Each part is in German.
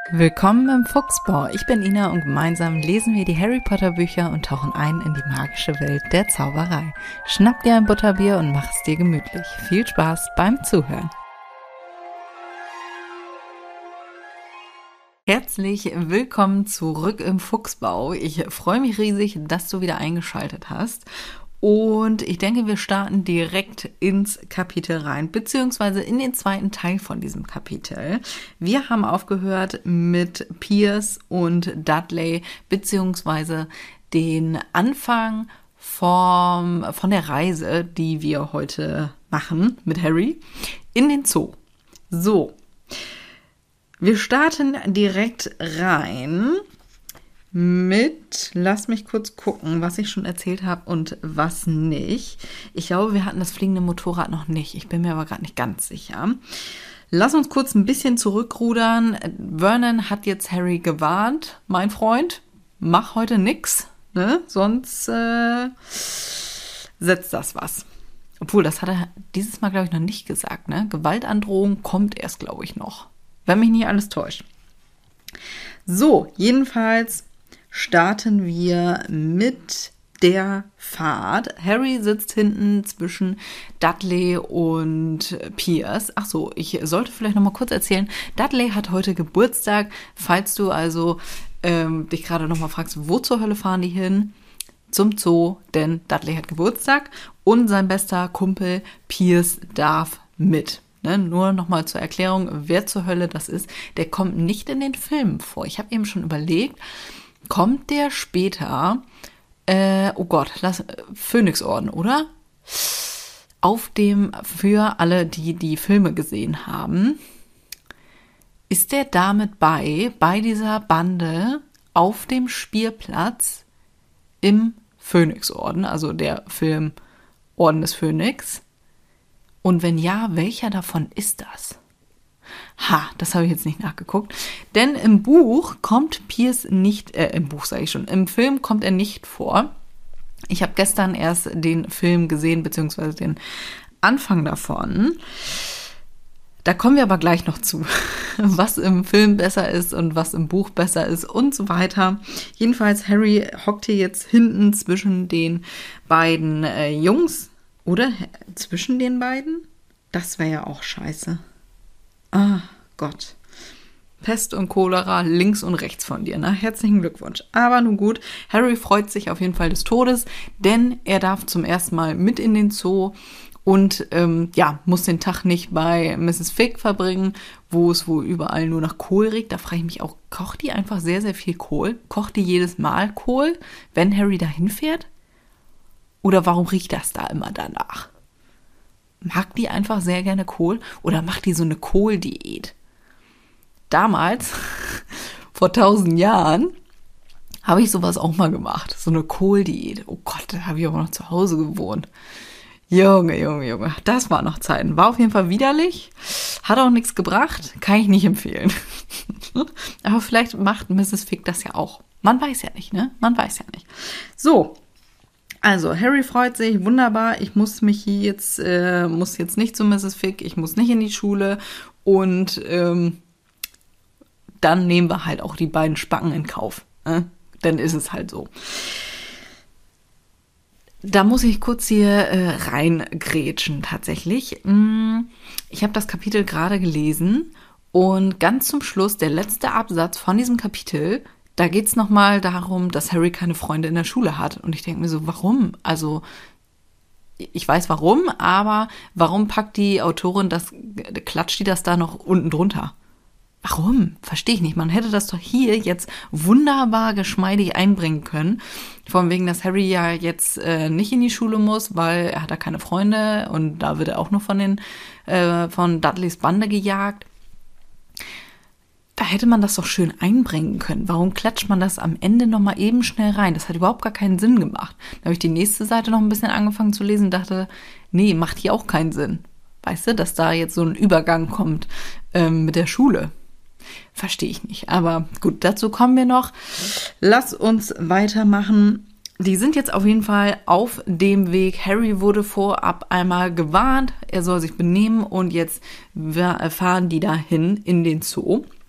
Willkommen im Fuchsbau. Ich bin Ina und gemeinsam lesen wir die Harry Potter Bücher und tauchen ein in die magische Welt der Zauberei. Schnapp dir ein Butterbier und mach es dir gemütlich. Viel Spaß beim Zuhören. Herzlich willkommen zurück im Fuchsbau. Ich freue mich riesig, dass du wieder eingeschaltet hast. Und ich denke, wir starten direkt ins Kapitel rein, beziehungsweise in den zweiten Teil von diesem Kapitel. Wir haben aufgehört mit Piers und Dudley, beziehungsweise den Anfang von der Reise, die wir heute machen mit Harry, in den Zoo. So, wir starten direkt rein mit, lass mich kurz gucken, was ich schon erzählt habe und was nicht. Ich glaube, wir hatten das fliegende Motorrad noch nicht. Ich bin mir aber gerade nicht ganz sicher. Lass uns kurz ein bisschen zurückrudern. Vernon hat jetzt Harry gewarnt. Mein Freund, mach heute nix, ne? Sonst setzt das was. Obwohl, das hat er dieses Mal, glaube ich, noch nicht gesagt, ne? Gewaltandrohung kommt erst, glaube ich, noch. Wenn mich nicht alles täuscht. So, jedenfalls starten wir mit der Fahrt. Harry sitzt hinten zwischen Dudley und Piers. Ach so, ich sollte vielleicht noch mal kurz erzählen, Dudley hat heute Geburtstag. Falls du also dich gerade noch mal fragst, wo zur Hölle fahren die hin? Zum Zoo, denn Dudley hat Geburtstag und sein bester Kumpel Piers darf mit. Ne, nur nochmal zur Erklärung, wer zur Hölle das ist, der kommt nicht in den Filmen vor. Ich habe eben schon überlegt, kommt der später, oh Gott, Phönixorden, oder? Auf dem, für alle, die die Filme gesehen haben, ist der damit bei dieser Bande auf dem Spielplatz im Phönixorden, also der Film Orden des Phönix. Und wenn ja, welcher davon ist das? Das habe ich jetzt nicht nachgeguckt. Denn im Buch kommt Piers nicht, im Film kommt er nicht vor. Ich habe gestern erst den Film gesehen, beziehungsweise den Anfang davon. Da kommen wir aber gleich noch zu, was im Film besser ist und was im Buch besser ist und so weiter. Jedenfalls, Harry hockt hier jetzt hinten zwischen den beiden Jungs. Oder zwischen den beiden? Das wäre ja auch scheiße. Ah, Gott. Pest und Cholera links und rechts von dir. Na, herzlichen Glückwunsch. Aber nun gut, Harry freut sich auf jeden Fall des Todes, denn er darf zum ersten Mal mit in den Zoo und muss den Tag nicht bei Mrs. Fig verbringen, wo es wohl überall nur nach Kohl riecht. Da frage ich mich auch, kocht die einfach sehr, sehr viel Kohl? Kocht die jedes Mal Kohl, wenn Harry da hinfährt? Oder warum riecht das da immer danach? Mag die einfach sehr gerne Kohl oder macht die so eine Kohldiät? Damals, vor 1000 Jahren, habe ich sowas auch mal gemacht. So eine Kohldiät. Oh Gott, da habe ich aber noch zu Hause gewohnt. Junge, das war noch Zeiten. War auf jeden Fall widerlich. Hat auch nichts gebracht. Kann ich nicht empfehlen. Aber vielleicht macht Mrs. Fig das ja auch. Man weiß ja nicht, ne? Man weiß ja nicht. So. Also, Harry freut sich, wunderbar, ich muss mich hier jetzt, muss jetzt nicht zu Mrs. Fig, ich muss nicht in die Schule und dann nehmen wir halt auch die beiden Spacken in Kauf. Dann ist es halt so. Da muss ich kurz hier reingrätschen tatsächlich. Ich habe das Kapitel gerade gelesen und ganz zum Schluss, der letzte Absatz von diesem Kapitel, da geht es nochmal darum, dass Harry keine Freunde in der Schule hat. Und ich denke mir so, warum? Also, ich weiß warum, aber warum packt die Autorin klatscht die das da noch unten drunter? Warum? Verstehe ich nicht. Man hätte das doch hier jetzt wunderbar geschmeidig einbringen können. Von wegen, dass Harry ja jetzt nicht in die Schule muss, weil er hat da keine Freunde und da wird er auch noch von Dudleys Bande gejagt. Da hätte man das doch schön einbringen können. Warum klatscht man das am Ende nochmal eben schnell rein? Das hat überhaupt gar keinen Sinn gemacht. Da habe ich die nächste Seite noch ein bisschen angefangen zu lesen und dachte, nee, macht hier auch keinen Sinn. Weißt du, dass da jetzt so ein Übergang kommt mit der Schule. Verstehe ich nicht. Aber gut, dazu kommen wir noch. Lass uns weitermachen. Die sind jetzt auf jeden Fall auf dem Weg. Harry wurde vorab einmal gewarnt, er soll sich benehmen und jetzt fahren die dahin in den Zoo.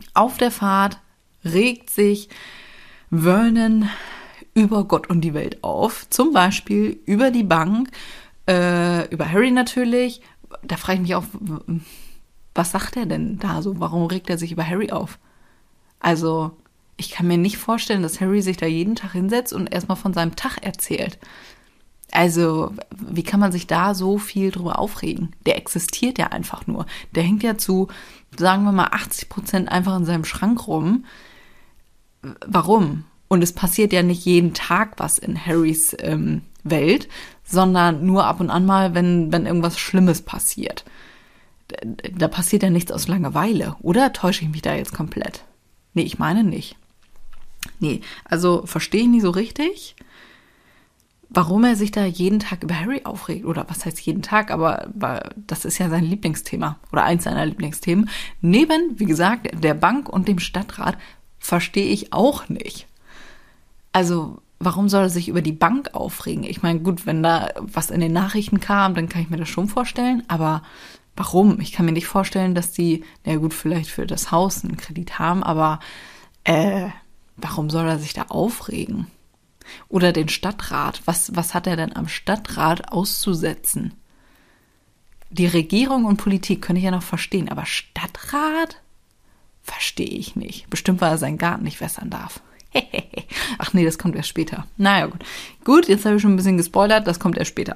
Auf der Fahrt regt sich Vernon über Gott und die Welt auf. Zum Beispiel über die Bank, über Harry natürlich. Da frage ich mich auch, was sagt er denn da so? Warum regt er sich über Harry auf? Also, ich kann mir nicht vorstellen, dass Harry sich da jeden Tag hinsetzt und erstmal von seinem Tag erzählt. Also, wie kann man sich da so viel drüber aufregen? Der existiert ja einfach nur. Der hängt ja zu, sagen wir mal, 80% einfach in seinem Schrank rum. Warum? Und es passiert ja nicht jeden Tag was in Harrys Welt, sondern nur ab und an mal, wenn irgendwas Schlimmes passiert. Da passiert ja nichts aus Langeweile, oder? Täusche ich mich da jetzt komplett? Nee, ich meine nicht. Nee, also verstehe ich nicht so richtig, warum er sich da jeden Tag über Harry aufregt. Oder was heißt jeden Tag, aber das ist ja sein Lieblingsthema oder eins seiner Lieblingsthemen. Neben, wie gesagt, der Bank und dem Stadtrat verstehe ich auch nicht. Also, warum soll er sich über die Bank aufregen? Ich meine, gut, wenn da was in den Nachrichten kam, dann kann ich mir das schon vorstellen, aber warum? Ich kann mir nicht vorstellen, dass die, na gut, vielleicht für das Haus einen Kredit haben, aber warum soll er sich da aufregen? Oder den Stadtrat. Was hat er denn am Stadtrat auszusetzen? Die Regierung und Politik könnte ich ja noch verstehen, aber Stadtrat? Verstehe ich nicht. Bestimmt, weil er seinen Garten nicht wässern darf. Ach nee, das kommt erst später. Naja, gut. Gut, jetzt habe ich schon ein bisschen gespoilert, das kommt erst später.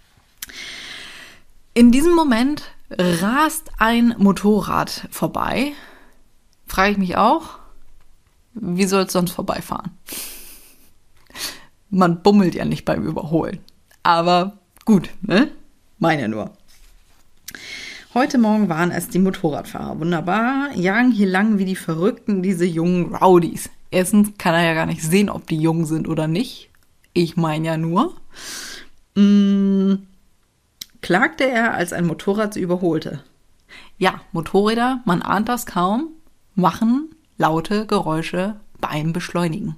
In diesem Moment rast ein Motorrad vorbei. Frage ich mich auch, wie soll es sonst vorbeifahren? Man bummelt ja nicht beim Überholen. Aber gut, ne? Meine nur. Heute Morgen waren es die Motorradfahrer. Wunderbar. Jagen hier lang wie die Verrückten, diese jungen Rowdies. Erstens kann er ja gar nicht sehen, ob die jung sind oder nicht. Ich meine ja nur. Klagte er, als ein Motorrad sie überholte. Ja, Motorräder, man ahnt das kaum, machen laute Geräusche beim Beschleunigen.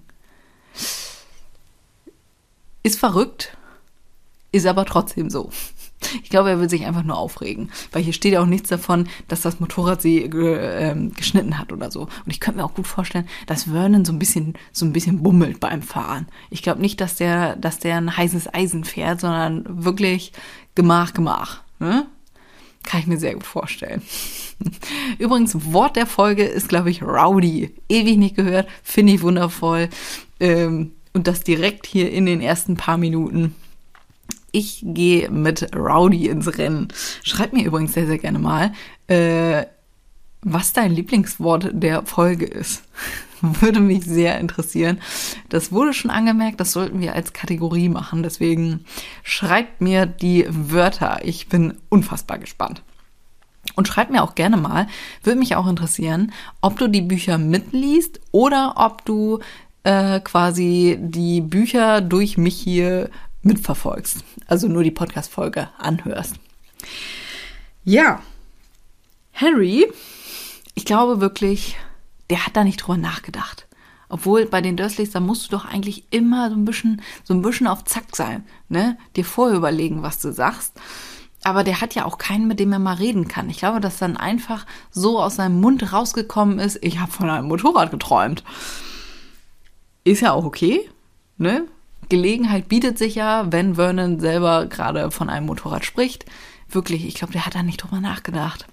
Ist verrückt, ist aber trotzdem so. Ich glaube, er will sich einfach nur aufregen, weil hier steht ja auch nichts davon, dass das Motorrad sie geschnitten hat oder so. Und ich könnte mir auch gut vorstellen, dass Vernon so ein bisschen bummelt beim Fahren. Ich glaube nicht, dass der ein heißes Eisen fährt, sondern wirklich Gemach. Ne? Kann ich mir sehr gut vorstellen. Übrigens, Wort der Folge ist, glaube ich, Rowdy. Ewig nicht gehört, finde ich wundervoll. Und das direkt hier in den ersten paar Minuten. Ich gehe mit Rowdy ins Rennen. Schreib mir übrigens sehr, sehr gerne mal, was dein Lieblingswort der Folge ist. Würde mich sehr interessieren. Das wurde schon angemerkt, das sollten wir als Kategorie machen. Deswegen schreibt mir die Wörter. Ich bin unfassbar gespannt. Und schreib mir auch gerne mal, würde mich auch interessieren, ob du die Bücher mitliest oder ob du quasi die Bücher durch mich hier mitverfolgst. Also nur die Podcast-Folge anhörst. Ja, Harry, ich glaube wirklich, der hat da nicht drüber nachgedacht. Obwohl bei den Dursleys, da musst du doch eigentlich immer so ein bisschen auf Zack sein, ne? Dir vorher überlegen, was du sagst. Aber der hat ja auch keinen, mit dem er mal reden kann. Ich glaube, dass dann einfach so aus seinem Mund rausgekommen ist, ich habe von einem Motorrad geträumt. Ist ja auch okay, ne? Gelegenheit bietet sich ja, wenn Vernon selber gerade von einem Motorrad spricht. Wirklich, ich glaube, der hat da nicht drüber nachgedacht.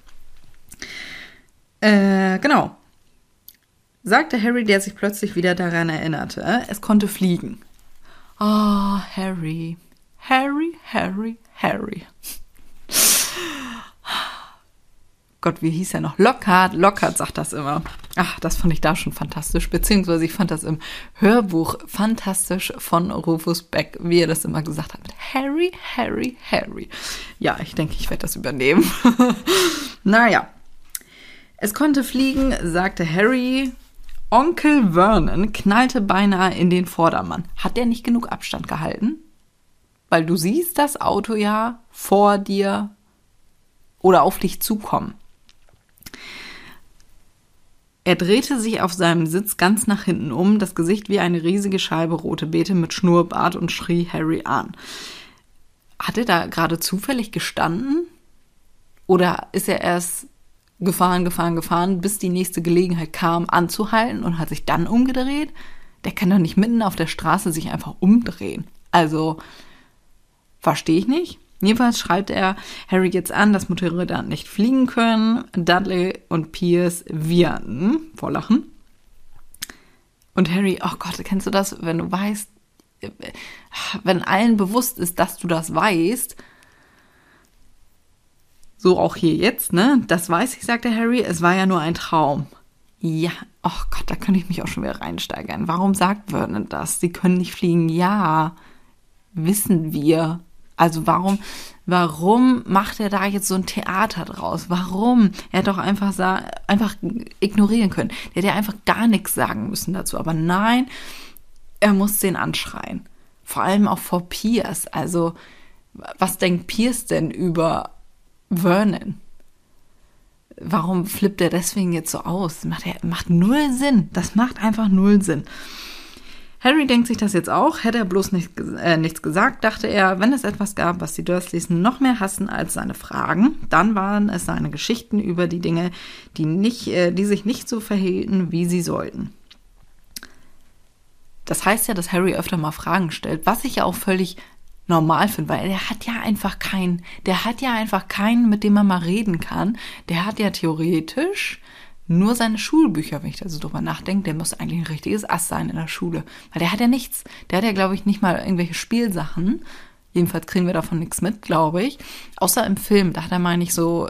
Genau. Sagte Harry, der sich plötzlich wieder daran erinnerte. Es konnte fliegen. Oh, Harry. Harry. Gott, wie hieß er noch? Lockhart sagt das immer. Ach, das fand ich da schon fantastisch. Beziehungsweise ich fand das im Hörbuch fantastisch von Rufus Beck, wie er das immer gesagt hat. Mit Harry. Ja, ich denke, ich werde das übernehmen. Naja. Es konnte fliegen, sagte Harry. Onkel Vernon knallte beinahe in den Vordermann. Hat der nicht genug Abstand gehalten? Weil du siehst das Auto ja vor dir oder auf dich zukommen. Er drehte sich auf seinem Sitz ganz nach hinten um, das Gesicht wie eine riesige Scheibe rote Beete mit Schnurrbart und schrie Harry an. Hat er da gerade zufällig gestanden? Oder ist er erst gefahren, bis die nächste Gelegenheit kam, anzuhalten und hat sich dann umgedreht. Der kann doch nicht mitten auf der Straße sich einfach umdrehen. Also, verstehe ich nicht. Jedenfalls schreibt er Harry jetzt an, dass Motorräder nicht fliegen können. Dudley und Pierce wiehern vor Lachen. Und Harry, oh Gott, kennst du das, wenn du weißt, wenn allen bewusst ist, dass du das weißt, so auch hier jetzt, ne? Das weiß ich, sagte Harry, es war ja nur ein Traum. Ja, oh Gott, da könnte ich mich auch schon wieder reinsteigern. Warum sagt Vernon das? Sie können nicht fliegen. Ja, wissen wir. Also warum macht er da jetzt so ein Theater draus? Warum? Er hätte doch einfach ignorieren können. Der hätte ja einfach gar nichts sagen müssen dazu. Aber nein, er muss den anschreien. Vor allem auch vor Pierce. Also, was denkt Pierce denn über Vernon? Warum flippt er deswegen jetzt so aus? Macht null Sinn. Das macht einfach null Sinn. Harry denkt sich das jetzt auch. Hätte er bloß nichts gesagt, dachte er, wenn es etwas gab, was die Dursleys noch mehr hassen als seine Fragen, dann waren es seine Geschichten über die Dinge, die sich nicht so verhielten, wie sie sollten. Das heißt ja, dass Harry öfter mal Fragen stellt, was ich ja auch völlig normal finde, weil der hat ja einfach keinen, mit dem man mal reden kann. Der hat ja theoretisch nur seine Schulbücher, wenn ich da so drüber nachdenke. Der muss eigentlich ein richtiges Ass sein in der Schule, weil der hat ja nichts. Der hat ja, glaube ich, nicht mal irgendwelche Spielsachen. Jedenfalls kriegen wir davon nichts mit, glaube ich. Außer im Film, da hat er, meine ich, so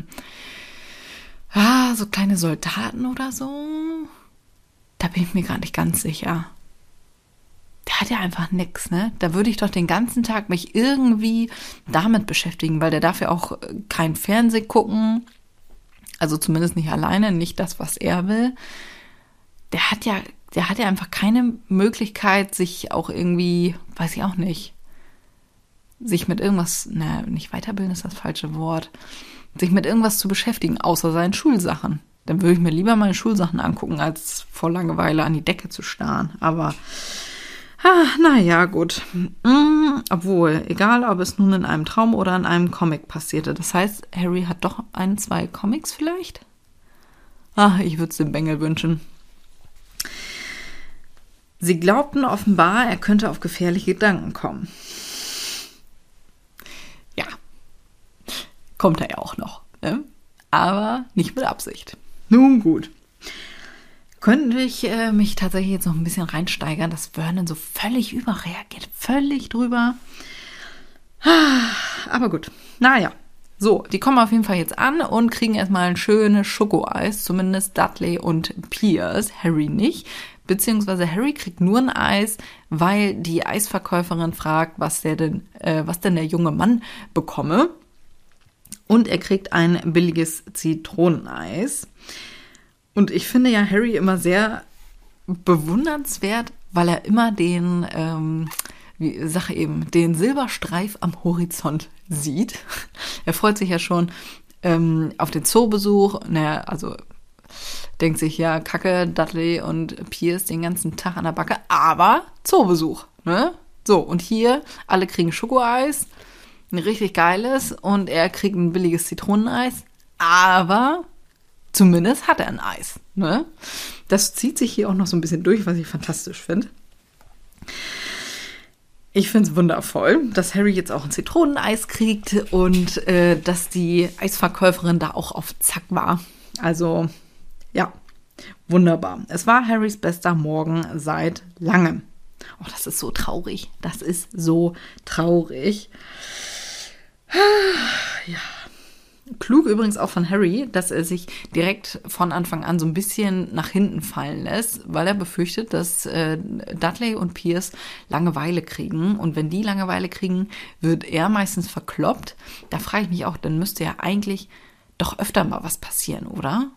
kleine Soldaten oder so. Da bin ich mir gerade nicht ganz sicher. Der hat ja einfach nix, ne? Da würde ich doch den ganzen Tag mich irgendwie damit beschäftigen, weil der darf ja auch kein Fernsehen gucken. Also zumindest nicht alleine, nicht das, was er will. Der hat ja einfach keine Möglichkeit, sich auch irgendwie, weiß ich auch nicht, sich mit irgendwas, nicht weiterbilden ist das falsche Wort, sich mit irgendwas zu beschäftigen, außer seinen Schulsachen. Dann würde ich mir lieber meine Schulsachen angucken, als vor Langeweile an die Decke zu starren. Aber naja, gut. Obwohl, egal, ob es nun in einem Traum oder in einem Comic passierte. Das heißt, Harry hat doch 2 Comics vielleicht? Ich würde es dem Bengel wünschen. Sie glaubten offenbar, er könnte auf gefährliche Gedanken kommen. Ja, kommt er ja auch noch. Ne? Aber nicht mit Absicht. Nun gut. Könnte ich mich tatsächlich jetzt noch ein bisschen reinsteigern, dass Vernon so völlig überreagiert, völlig drüber. Aber gut, naja. So, die kommen auf jeden Fall jetzt an und kriegen erstmal ein schönes Schokoeis, zumindest Dudley und Pierce, Harry nicht. Beziehungsweise Harry kriegt nur ein Eis, weil die Eisverkäuferin fragt, was denn der junge Mann bekomme. Und er kriegt ein billiges Zitroneneis. Und ich finde ja Harry immer sehr bewundernswert, weil er immer den Silberstreif am Horizont sieht. Er freut sich ja schon auf den Zoobesuch. Also denkt sich, ja, Kacke, Dudley und Pierce den ganzen Tag an der Backe, aber Zoobesuch, ne? So, und hier, alle kriegen Schokoeis, ein richtig geiles, und er kriegt ein billiges Zitroneneis, aber zumindest hat er ein Eis, ne? Das zieht sich hier auch noch so ein bisschen durch, was ich fantastisch finde. Ich finde es wundervoll, dass Harry jetzt auch ein Zitroneneis kriegt und dass die Eisverkäuferin da auch auf Zack war. Also, ja, wunderbar. Es war Harrys bester Morgen seit langem. Oh, das ist so traurig. Das ist so traurig. Ja. Klug übrigens auch von Harry, dass er sich direkt von Anfang an so ein bisschen nach hinten fallen lässt, weil er befürchtet, dass Dudley und Pierce Langeweile kriegen. Und wenn die Langeweile kriegen, wird er meistens verkloppt. Da frage ich mich auch, dann müsste ja eigentlich doch öfter mal was passieren, oder?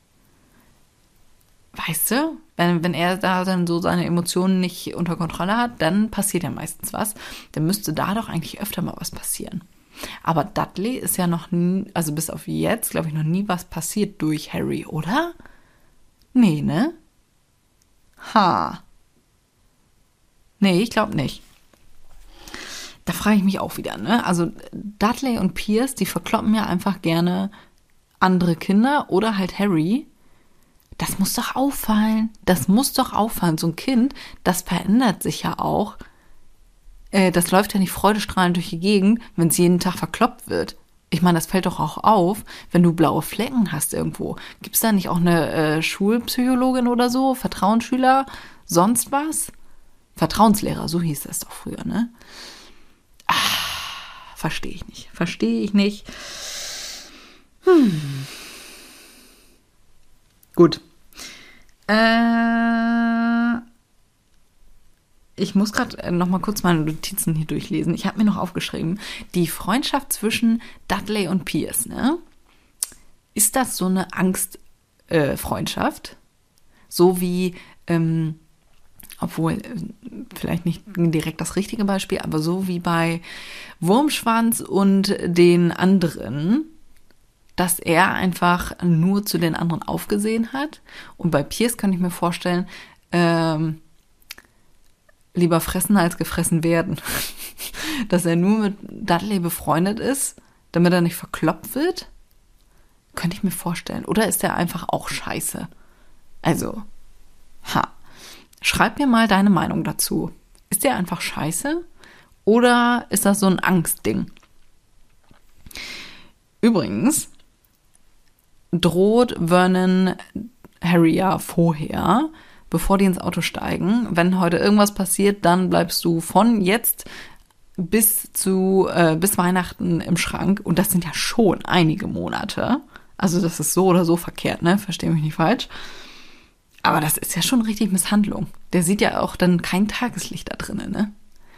Weißt du, wenn er da dann so seine Emotionen nicht unter Kontrolle hat, dann passiert ja meistens was. Dann müsste da doch eigentlich öfter mal was passieren. Aber Dudley ist ja noch nie, also bis auf jetzt, glaube ich, noch nie was passiert durch Harry, oder? Nee, ne? Nee, ich glaube nicht. Da frage ich mich auch wieder, ne? Also Dudley und Pierce, die verkloppen ja einfach gerne andere Kinder oder halt Harry. Das muss doch auffallen. Das muss doch auffallen. So ein Kind, das verändert sich ja auch. Das läuft ja nicht freudestrahlend durch die Gegend, wenn es jeden Tag verkloppt wird. Ich meine, das fällt doch auch auf, wenn du blaue Flecken hast irgendwo. Gibt es da nicht auch eine Schulpsychologin oder so? Vertrauensschüler? Sonst was? Vertrauenslehrer, so hieß das doch früher, ne? Verstehe ich nicht. Verstehe ich nicht. Gut. Ich muss gerade noch mal kurz meine Notizen hier durchlesen. Ich habe mir noch aufgeschrieben, die Freundschaft zwischen Dudley und Piers, ne? Ist das so eine Angstfreundschaft? So wie, obwohl vielleicht nicht direkt das richtige Beispiel, aber so wie bei Wurmschwanz und den anderen, dass er einfach nur zu den anderen aufgesehen hat. Und bei Piers kann ich mir vorstellen, lieber fressen als gefressen werden. Dass er nur mit Dudley befreundet ist, damit er nicht verkloppt wird. Könnte ich mir vorstellen. Oder ist er einfach auch scheiße? Also, schreib mir mal deine Meinung dazu. Ist der einfach scheiße? Oder ist das so ein Angstding? Übrigens droht Vernon Harry ja vorher, bevor die ins Auto steigen. Wenn heute irgendwas passiert, dann bleibst du von jetzt bis Weihnachten im Schrank. Und das sind ja schon einige Monate. Also das ist so oder so verkehrt, ne? Versteh mich nicht falsch. Aber das ist ja schon richtig Misshandlung. Der sieht ja auch dann kein Tageslicht da drinnen, ne?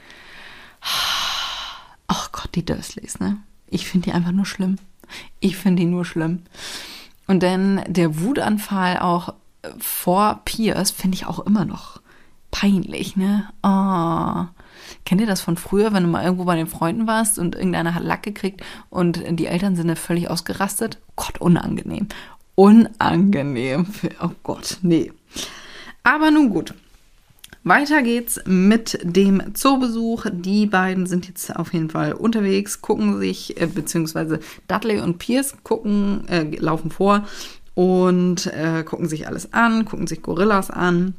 Ach Gott, die Dursleys, ne? Ich finde die einfach nur schlimm. Ich finde die nur schlimm. Und dann der Wutanfall auch vor Piers finde ich auch immer noch peinlich, ne? Oh. Kennt ihr das von früher, wenn du mal irgendwo bei den Freunden warst und irgendeiner hat Lack gekriegt und die Eltern sind da völlig ausgerastet? Gott, unangenehm. Unangenehm. Oh Gott, nee. Aber nun gut. Weiter geht's mit dem Zoobesuch. Die beiden sind jetzt auf jeden Fall unterwegs, gucken sich, beziehungsweise Dudley und Piers laufen vor und gucken sich alles an, gucken sich Gorillas an.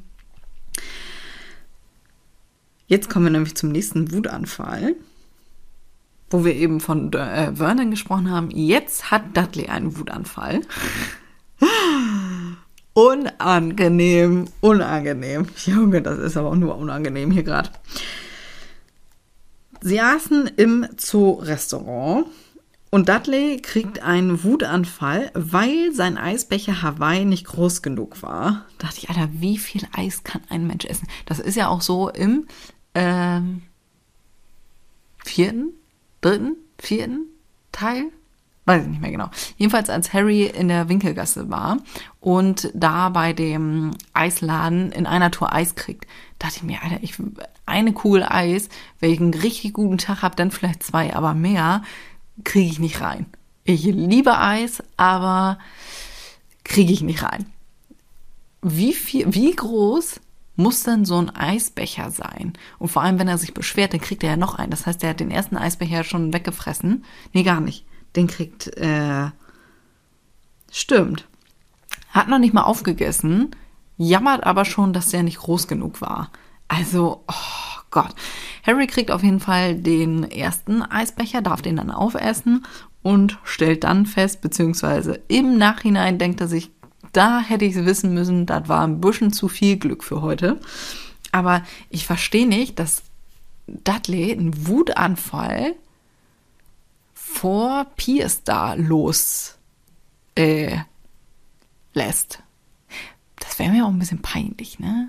Jetzt kommen wir nämlich zum nächsten Wutanfall, wo wir eben von Vernon gesprochen haben. Jetzt hat Dudley einen Wutanfall. Unangenehm. Junge, das ist aber auch nur unangenehm hier gerade. Sie aßen im Zoo-Restaurant und Dudley kriegt einen Wutanfall, weil sein Eisbecher Hawaii nicht groß genug war. Da dachte ich, Alter, wie viel Eis kann ein Mensch essen? Das ist ja auch so im vierten Teil? Weiß ich nicht mehr genau. Jedenfalls, als Harry in der Winkelgasse war und da bei dem Eisladen in einer Tour Eis kriegt, dachte ich mir, Alter, eine Kugel Eis, wenn ich einen richtig guten Tag habe, dann vielleicht 2, aber mehr kriege ich nicht rein. Ich liebe Eis, aber kriege ich nicht rein. Wie groß muss denn so ein Eisbecher sein? Und vor allem, wenn er sich beschwert, dann kriegt er ja noch einen. Das heißt, er hat den ersten Eisbecher schon weggefressen. Nee, gar nicht. Den kriegt, stimmt. Hat noch nicht mal aufgegessen, jammert aber schon, dass der nicht groß genug war. Also, oh Gott. Harry kriegt auf jeden Fall den ersten Eisbecher, darf den dann aufessen und stellt dann fest, beziehungsweise im Nachhinein denkt er sich, da hätte ich es wissen müssen, das war ein bisschen zu viel Glück für heute. Aber ich verstehe nicht, dass Dudley einen Wutanfall vor Piers da los lässt. Das wäre mir auch ein bisschen peinlich, ne?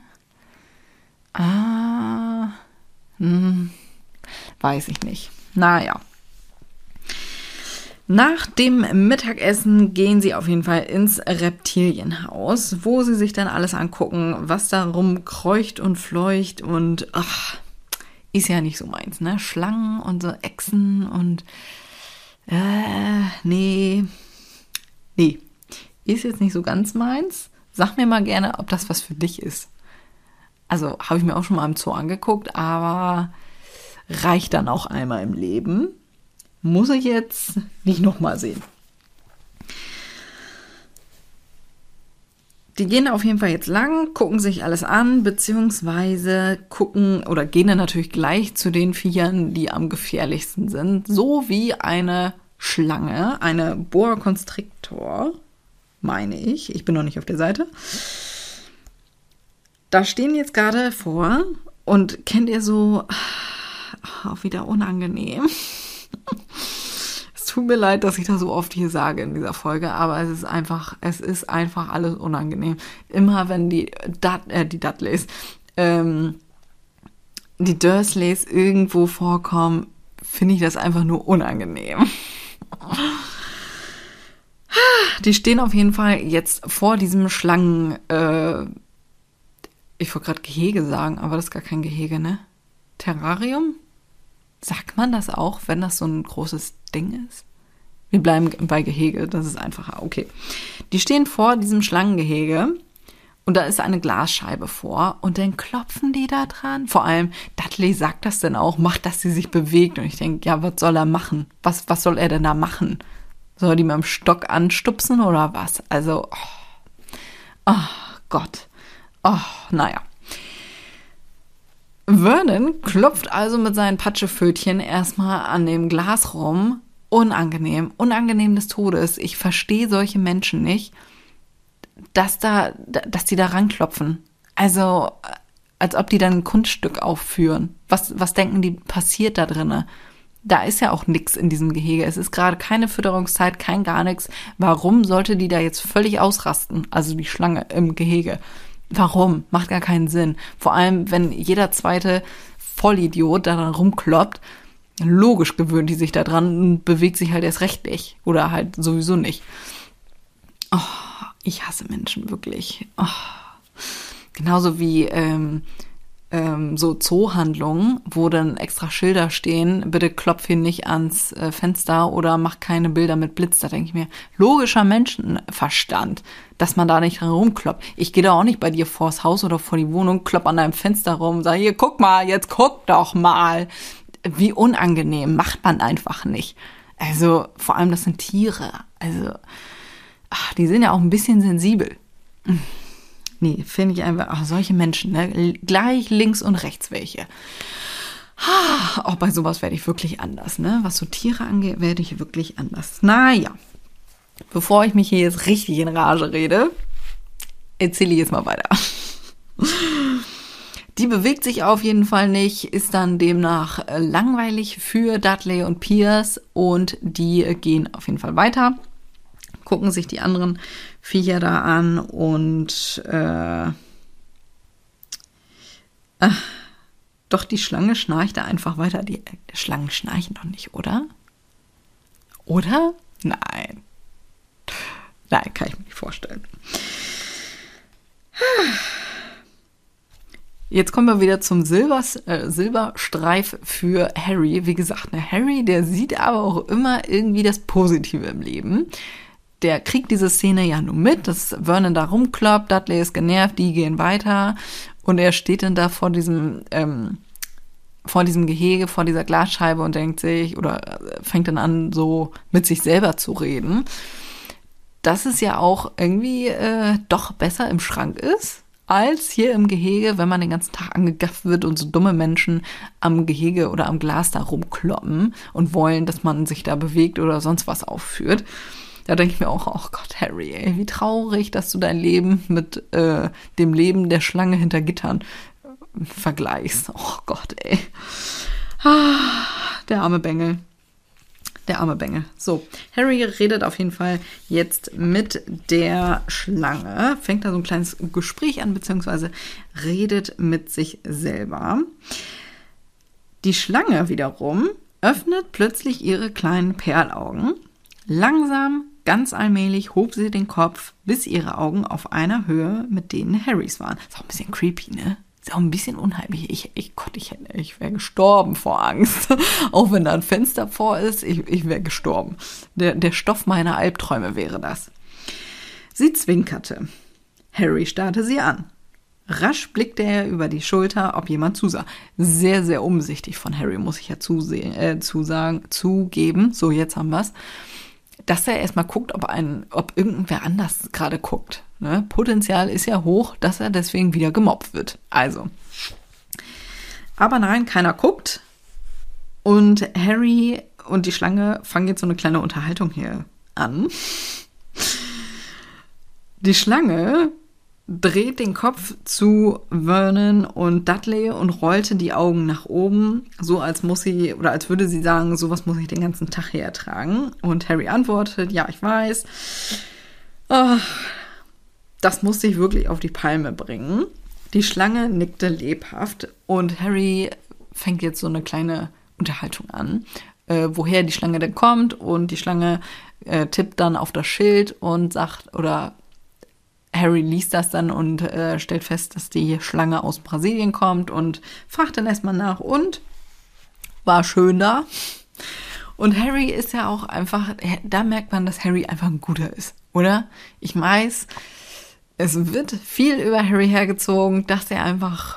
Weiß ich nicht. Naja. Nach dem Mittagessen gehen sie auf jeden Fall ins Reptilienhaus, wo sie sich dann alles angucken, was da rumkreucht und fleucht und ist ja nicht so meins, ne? Schlangen und so Echsen und nee, ist jetzt nicht so ganz meins. Sag mir mal gerne, ob das was für dich ist. Also habe ich mir auch schon mal im Zoo angeguckt, aber reicht dann auch einmal im Leben. Muss ich jetzt nicht nochmal sehen. Die gehen auf jeden Fall jetzt lang, gucken sich alles an, beziehungsweise gucken oder gehen dann natürlich gleich zu den Viechern, die am gefährlichsten sind. So wie eine Schlange, eine Boa Constrictor, meine ich. Ich bin noch nicht auf der Seite. Da stehen die jetzt gerade vor und kennt ihr so, auch wieder unangenehm. Tut mir leid, dass ich das so oft hier sage in dieser Folge, aber es ist einfach alles unangenehm. Immer wenn die Dudleys, die Dursleys irgendwo vorkommen, finde ich das einfach nur unangenehm. Die stehen auf jeden Fall jetzt vor diesem Schlangen, ich wollte gerade Gehege sagen, aber das ist gar kein Gehege, ne? Terrarium? Sagt man das auch, wenn das so ein großes Ding ist? Wir bleiben bei Gehege, das ist einfacher. Okay. Die stehen vor diesem Schlangengehege und da ist eine Glasscheibe vor und dann klopfen die da dran. Vor allem, Dudley sagt das dann auch, macht, dass sie sich bewegt. Und ich denke, ja, was soll er machen? Was soll er denn da machen? Soll er die mit dem Stock anstupsen oder was? Also, oh Gott. Oh, naja. Vernon klopft also mit seinen Patschepfötchen erstmal an dem Glas rum. Unangenehm des Todes. Ich verstehe solche Menschen nicht, dass die da ranklopfen. Also, als ob die dann ein Kunststück aufführen. Was denken die, passiert da drinne? Da ist ja auch nichts in diesem Gehege. Es ist gerade keine Fütterungszeit, kein gar nichts. Warum sollte die da jetzt völlig ausrasten? Also die Schlange im Gehege. Warum? Macht gar keinen Sinn. Vor allem, wenn jeder zweite Vollidiot da dran rumkloppt, logisch gewöhnt die sich da dran und bewegt sich halt erst recht nicht. Oder halt sowieso nicht. Oh, ich hasse Menschen wirklich. Oh. Genauso wie so Zoohandlungen, wo dann extra Schilder stehen, bitte klopf hier nicht ans Fenster oder mach keine Bilder mit Blitz. Da denke ich mir, logischer Menschenverstand, dass man da nicht dran rumkloppt. Ich gehe da auch nicht bei dir vors Haus oder vor die Wohnung, klopp an deinem Fenster rum, sag hier, guck mal, jetzt guck doch mal. Wie unangenehm, macht man einfach nicht. Also, vor allem, das sind Tiere. Also, die sind ja auch ein bisschen sensibel. Nee, finde ich einfach, solche Menschen, ne? Gleich links und rechts welche. Auch bei sowas werde ich wirklich anders, ne? Was so Tiere angeht, werde ich wirklich anders. Naja, bevor ich mich hier jetzt richtig in Rage rede, erzähle ich jetzt mal weiter. Die bewegt sich auf jeden Fall nicht, ist dann demnach langweilig für Dudley und Pierce und die gehen auf jeden Fall weiter, gucken sich die anderen Viecher da an und doch die Schlange schnarcht da einfach weiter. Die Schlangen schnarchen doch nicht, oder? Oder? Nein. Nein, kann ich mir nicht vorstellen. Jetzt kommen wir wieder zum Silberstreif für Harry. Wie gesagt, Harry, der sieht aber auch immer irgendwie das Positive im Leben. Der kriegt diese Szene ja nur mit, dass Vernon da rumkloppt, Dudley ist genervt, die gehen weiter und er steht dann da vor diesem Gehege, vor dieser Glasscheibe und denkt sich oder fängt dann an, so mit sich selber zu reden, dass es ja auch irgendwie doch besser im Schrank ist, als hier im Gehege, wenn man den ganzen Tag angegafft wird und so dumme Menschen am Gehege oder am Glas da rumkloppen und wollen, dass man sich da bewegt oder sonst was aufführt. Da denke ich mir auch, oh Gott, Harry, ey, wie traurig, dass du dein Leben mit dem Leben der Schlange hinter Gittern vergleichst. Oh Gott, ey. Der arme Bengel. Der arme Bengel. So, Harry redet auf jeden Fall jetzt mit der Schlange, fängt da so ein kleines Gespräch an, beziehungsweise redet mit sich selber. Die Schlange wiederum öffnet plötzlich ihre kleinen Perlaugen. Langsam, ganz allmählich hob sie den Kopf, bis ihre Augen auf einer Höhe mit denen Harrys waren. Ist auch ein bisschen creepy, ne? Ist auch ein bisschen unheimlich. Ich wäre gestorben vor Angst. Auch wenn da ein Fenster vor ist, ich wäre gestorben. Der Stoff meiner Albträume wäre das. Sie zwinkerte. Harry starrte sie an. Rasch blickte er über die Schulter, ob jemand zusah. Sehr, sehr umsichtig von Harry, muss ich ja zugeben. So, jetzt haben wir's. Dass er erstmal guckt, ob irgendwer anders gerade guckt. Ne? Potenzial ist ja hoch, dass er deswegen wieder gemobbt wird. Also. Aber nein, keiner guckt. Und Harry und die Schlange fangen jetzt so eine kleine Unterhaltung hier an. Die Schlange dreht den Kopf zu Vernon und Dudley und rollte die Augen nach oben, so als würde sie sagen, sowas muss ich den ganzen Tag hier ertragen. Und Harry antwortet, ja, ich weiß. Das musste ich wirklich auf die Palme bringen. Die Schlange nickte lebhaft und Harry fängt jetzt so eine kleine Unterhaltung an, woher die Schlange denn kommt. Und die Schlange tippt dann auf das Schild und sagt, oder Harry liest das dann und stellt fest, dass die Schlange aus Brasilien kommt und fragt dann erstmal nach und war schön da. Und Harry ist ja auch einfach, da merkt man, dass Harry einfach ein Guter ist, oder? Ich weiß, es wird viel über Harry hergezogen, dass er einfach,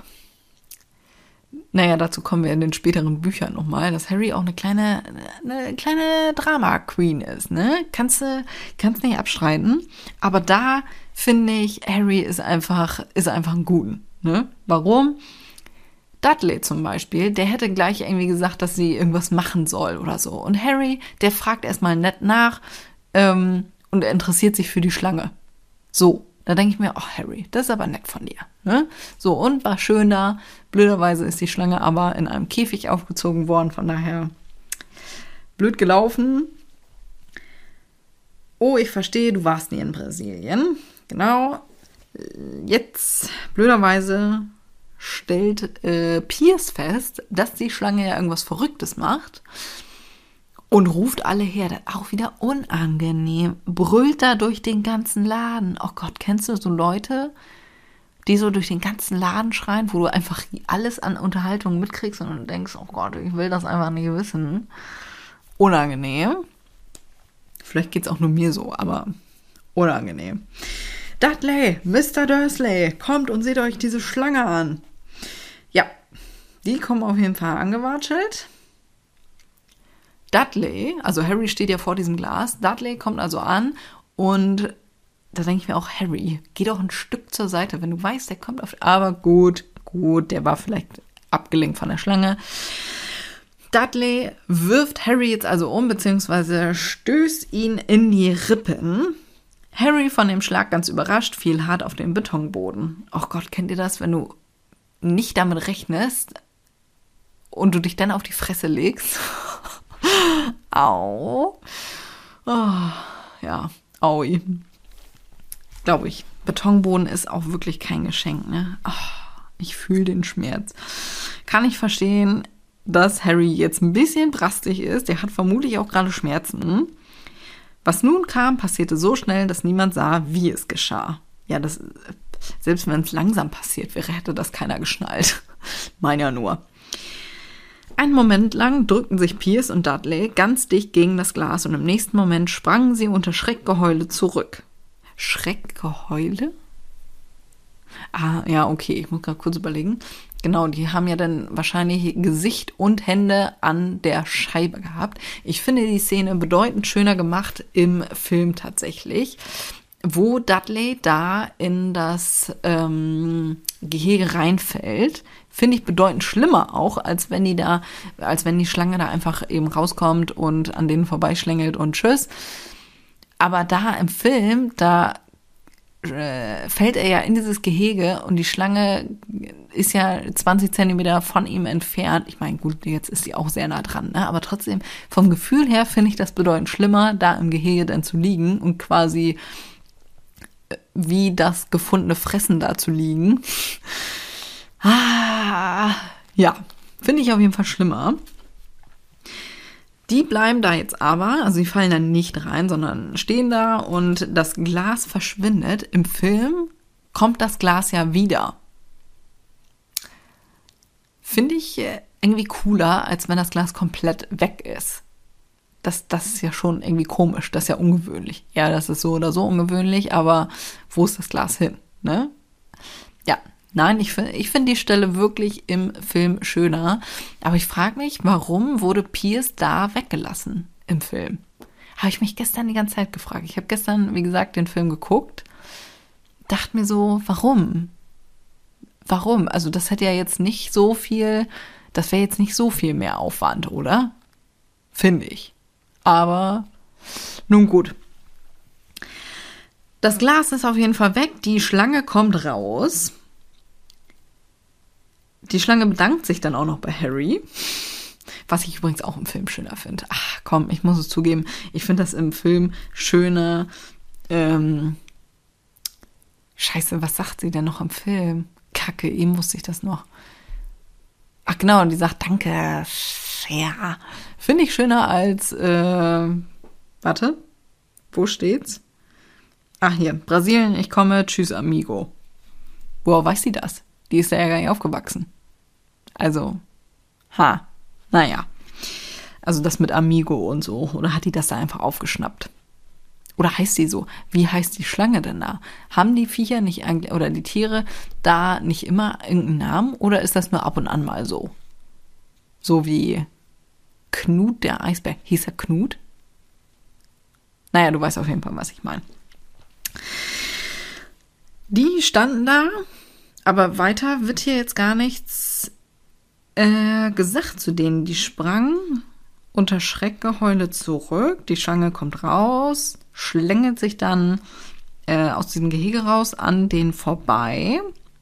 dazu kommen wir in den späteren Büchern nochmal, dass Harry auch eine kleine Drama-Queen ist, ne? Kannst nicht abstreiten. Aber da finde ich, Harry ist einfach ein Guten, ne? Warum? Dudley zum Beispiel, der hätte gleich irgendwie gesagt, dass sie irgendwas machen soll oder so. Und Harry, der fragt erstmal nett nach und er interessiert sich für die Schlange. So. Da denke ich mir, Harry, das ist aber nett von dir. Ne? So, und war schön da. Blöderweise ist die Schlange aber in einem Käfig aufgezogen worden. Von daher blöd gelaufen. Oh, ich verstehe, du warst nie in Brasilien. Genau. Jetzt, blöderweise, stellt Piers fest, dass die Schlange ja irgendwas Verrücktes macht. Und ruft alle her, das ist auch wieder unangenehm. Brüllt da durch den ganzen Laden. Oh Gott, kennst du so Leute, die so durch den ganzen Laden schreien, wo du einfach alles an Unterhaltung mitkriegst und du denkst, oh Gott, ich will das einfach nicht wissen. Unangenehm. Vielleicht geht's auch nur mir so, aber unangenehm. Dudley, Mr. Dursley, kommt und seht euch diese Schlange an. Ja, die kommen auf jeden Fall angewatschelt. Dudley, also Harry steht ja vor diesem Glas, Dudley kommt also an und da denke ich mir auch, Harry, geh doch ein Stück zur Seite, wenn du weißt, der kommt auf... Aber gut, der war vielleicht abgelenkt von der Schlange. Dudley wirft Harry jetzt also um, beziehungsweise stößt ihn in die Rippen. Harry von dem Schlag ganz überrascht, fiel hart auf den Betonboden. Oh Gott, kennt ihr das, wenn du nicht damit rechnest und du dich dann auf die Fresse legst? Au. Oh, ja, aui. Glaube ich. Betonboden ist auch wirklich kein Geschenk, ne? Oh, ich fühle den Schmerz. Kann ich verstehen, dass Harry jetzt ein bisschen drastisch ist. Der hat vermutlich auch gerade Schmerzen. Was nun kam, passierte so schnell, dass niemand sah, wie es geschah. Ja, selbst wenn es langsam passiert wäre, hätte das keiner geschnallt. Mein ja nur. Einen Moment lang drückten sich Piers und Dudley ganz dicht gegen das Glas und im nächsten Moment sprangen sie unter Schreckgeheule zurück. Schreckgeheule? Ah, ja, okay, ich muss gerade kurz überlegen. Genau, die haben ja dann wahrscheinlich Gesicht und Hände an der Scheibe gehabt. Ich finde die Szene bedeutend schöner gemacht im Film tatsächlich, wo Dudley da in das Gehege reinfällt. Finde ich bedeutend schlimmer auch, als wenn die Schlange da einfach eben rauskommt und an denen vorbeischlängelt und tschüss. Aber da im Film, da fällt er ja in dieses Gehege und die Schlange ist ja 20 Zentimeter von ihm entfernt. Ich meine, gut, jetzt ist sie auch sehr nah dran, ne? Aber trotzdem, vom Gefühl her finde ich das bedeutend schlimmer, da im Gehege dann zu liegen und quasi wie das gefundene Fressen da zu liegen. Ja, finde ich auf jeden Fall schlimmer. Die bleiben da jetzt aber, also die fallen dann nicht rein, sondern stehen da und das Glas verschwindet. Im Film kommt das Glas ja wieder. Finde ich irgendwie cooler, als wenn das Glas komplett weg ist. Das ist ja schon irgendwie komisch, das ist ja ungewöhnlich. Ja, das ist so oder so ungewöhnlich, aber wo ist das Glas hin, ne? Ja. Nein, ich finde die Stelle wirklich im Film schöner. Aber ich frage mich, warum wurde Piers da weggelassen im Film? Habe ich mich gestern die ganze Zeit gefragt. Ich habe gestern, wie gesagt, den Film geguckt. mir so, warum? Warum? Also das hätte ja jetzt nicht so viel, das wäre jetzt nicht so viel mehr Aufwand, oder? Finde ich. Aber nun gut. Das Glas ist auf jeden Fall weg, die Schlange kommt raus. Die Schlange bedankt sich dann auch noch bei Harry. Was ich übrigens auch im Film schöner finde. Ach komm, ich muss es zugeben. Ich finde das im Film schöner. Scheiße, was sagt sie denn noch im Film? Kacke, eben wusste ich das noch. Ach genau, und die sagt danke. Ja, finde ich schöner als, warte, wo steht's? Ach hier, Brasilien, ich komme, tschüss amigo. Woher weiß sie das? Die ist da ja gar nicht aufgewachsen. Also, naja. Also das mit Amigo und so. Oder hat die das da einfach aufgeschnappt? Oder heißt sie so? Wie heißt die Schlange denn da? Haben die Viecher nicht eigentlich, oder die Tiere da nicht immer irgendeinen Namen? Oder ist das nur ab und an mal so? So wie Knut der Eisbär. Hieß er Knut? Naja, du weißt auf jeden Fall, was ich meine. Die standen da, aber weiter wird hier jetzt gar nichts gesagt zu denen. Die sprangen unter Schreckgeheule zurück. Die Schlange kommt raus, schlängelt sich dann aus diesem Gehege raus an den vorbei,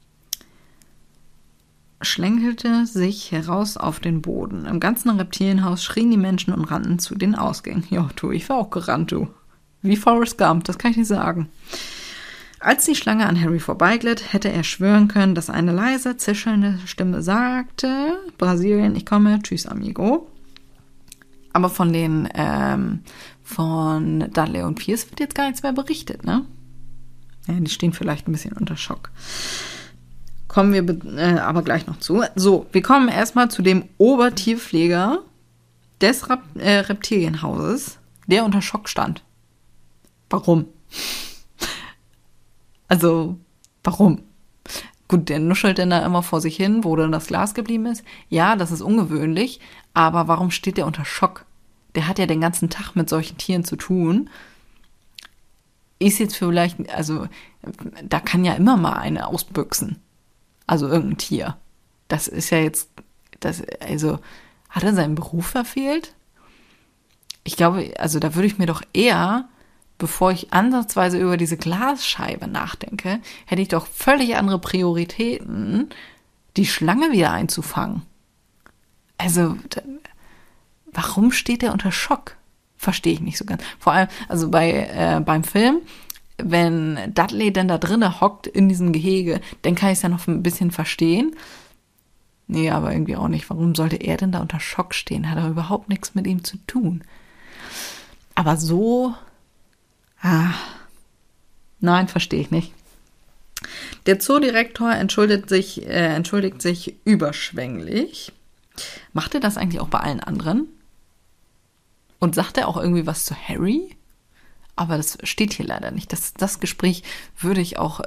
schlängelte sich heraus auf den Boden. Im ganzen Reptilienhaus schrien die Menschen und rannten zu den Ausgängen. Ja, du, ich war auch gerannt, du. Wie Forrest Gump, das kann ich nicht sagen. Als die Schlange an Harry vorbeiglitt, hätte er schwören können, dass eine leise, zischelnde Stimme sagte, Brasilien, ich komme, tschüss, amigo. Aber von von Dudley und Pierce wird jetzt gar nichts mehr berichtet, ne? Ja, die stehen vielleicht ein bisschen unter Schock. Kommen wir aber gleich noch zu. So, wir kommen erstmal zu dem Obertierpfleger des Reptilienhauses, der unter Schock stand. Warum? Also, warum? Gut, der nuschelt dann da immer vor sich hin, wo dann das Glas geblieben ist. Ja, das ist ungewöhnlich, aber warum steht der unter Schock? Der hat ja den ganzen Tag mit solchen Tieren zu tun. Ist jetzt vielleicht, also, da kann ja immer mal eine ausbüchsen. Also irgendein Tier. Das ist ja jetzt, also, hat er seinen Beruf verfehlt? Ich glaube, also da würde ich mir doch eher, bevor ich ansatzweise über diese Glasscheibe nachdenke, hätte ich doch völlig andere Prioritäten, die Schlange wieder einzufangen. Also, warum steht der unter Schock? Verstehe ich nicht so ganz. Vor allem, also beim Film, wenn Dudley denn da drinnen hockt in diesem Gehege, dann kann ich es ja noch ein bisschen verstehen. Nee, aber irgendwie auch nicht. Warum sollte er denn da unter Schock stehen? Hat er überhaupt nichts mit ihm zu tun. Aber so, nein, verstehe ich nicht. Der Zoodirektor entschuldigt sich überschwänglich. Macht er das eigentlich auch bei allen anderen? Und sagt er auch irgendwie was zu Harry? Aber das steht hier leider nicht. Das Gespräch würde ich auch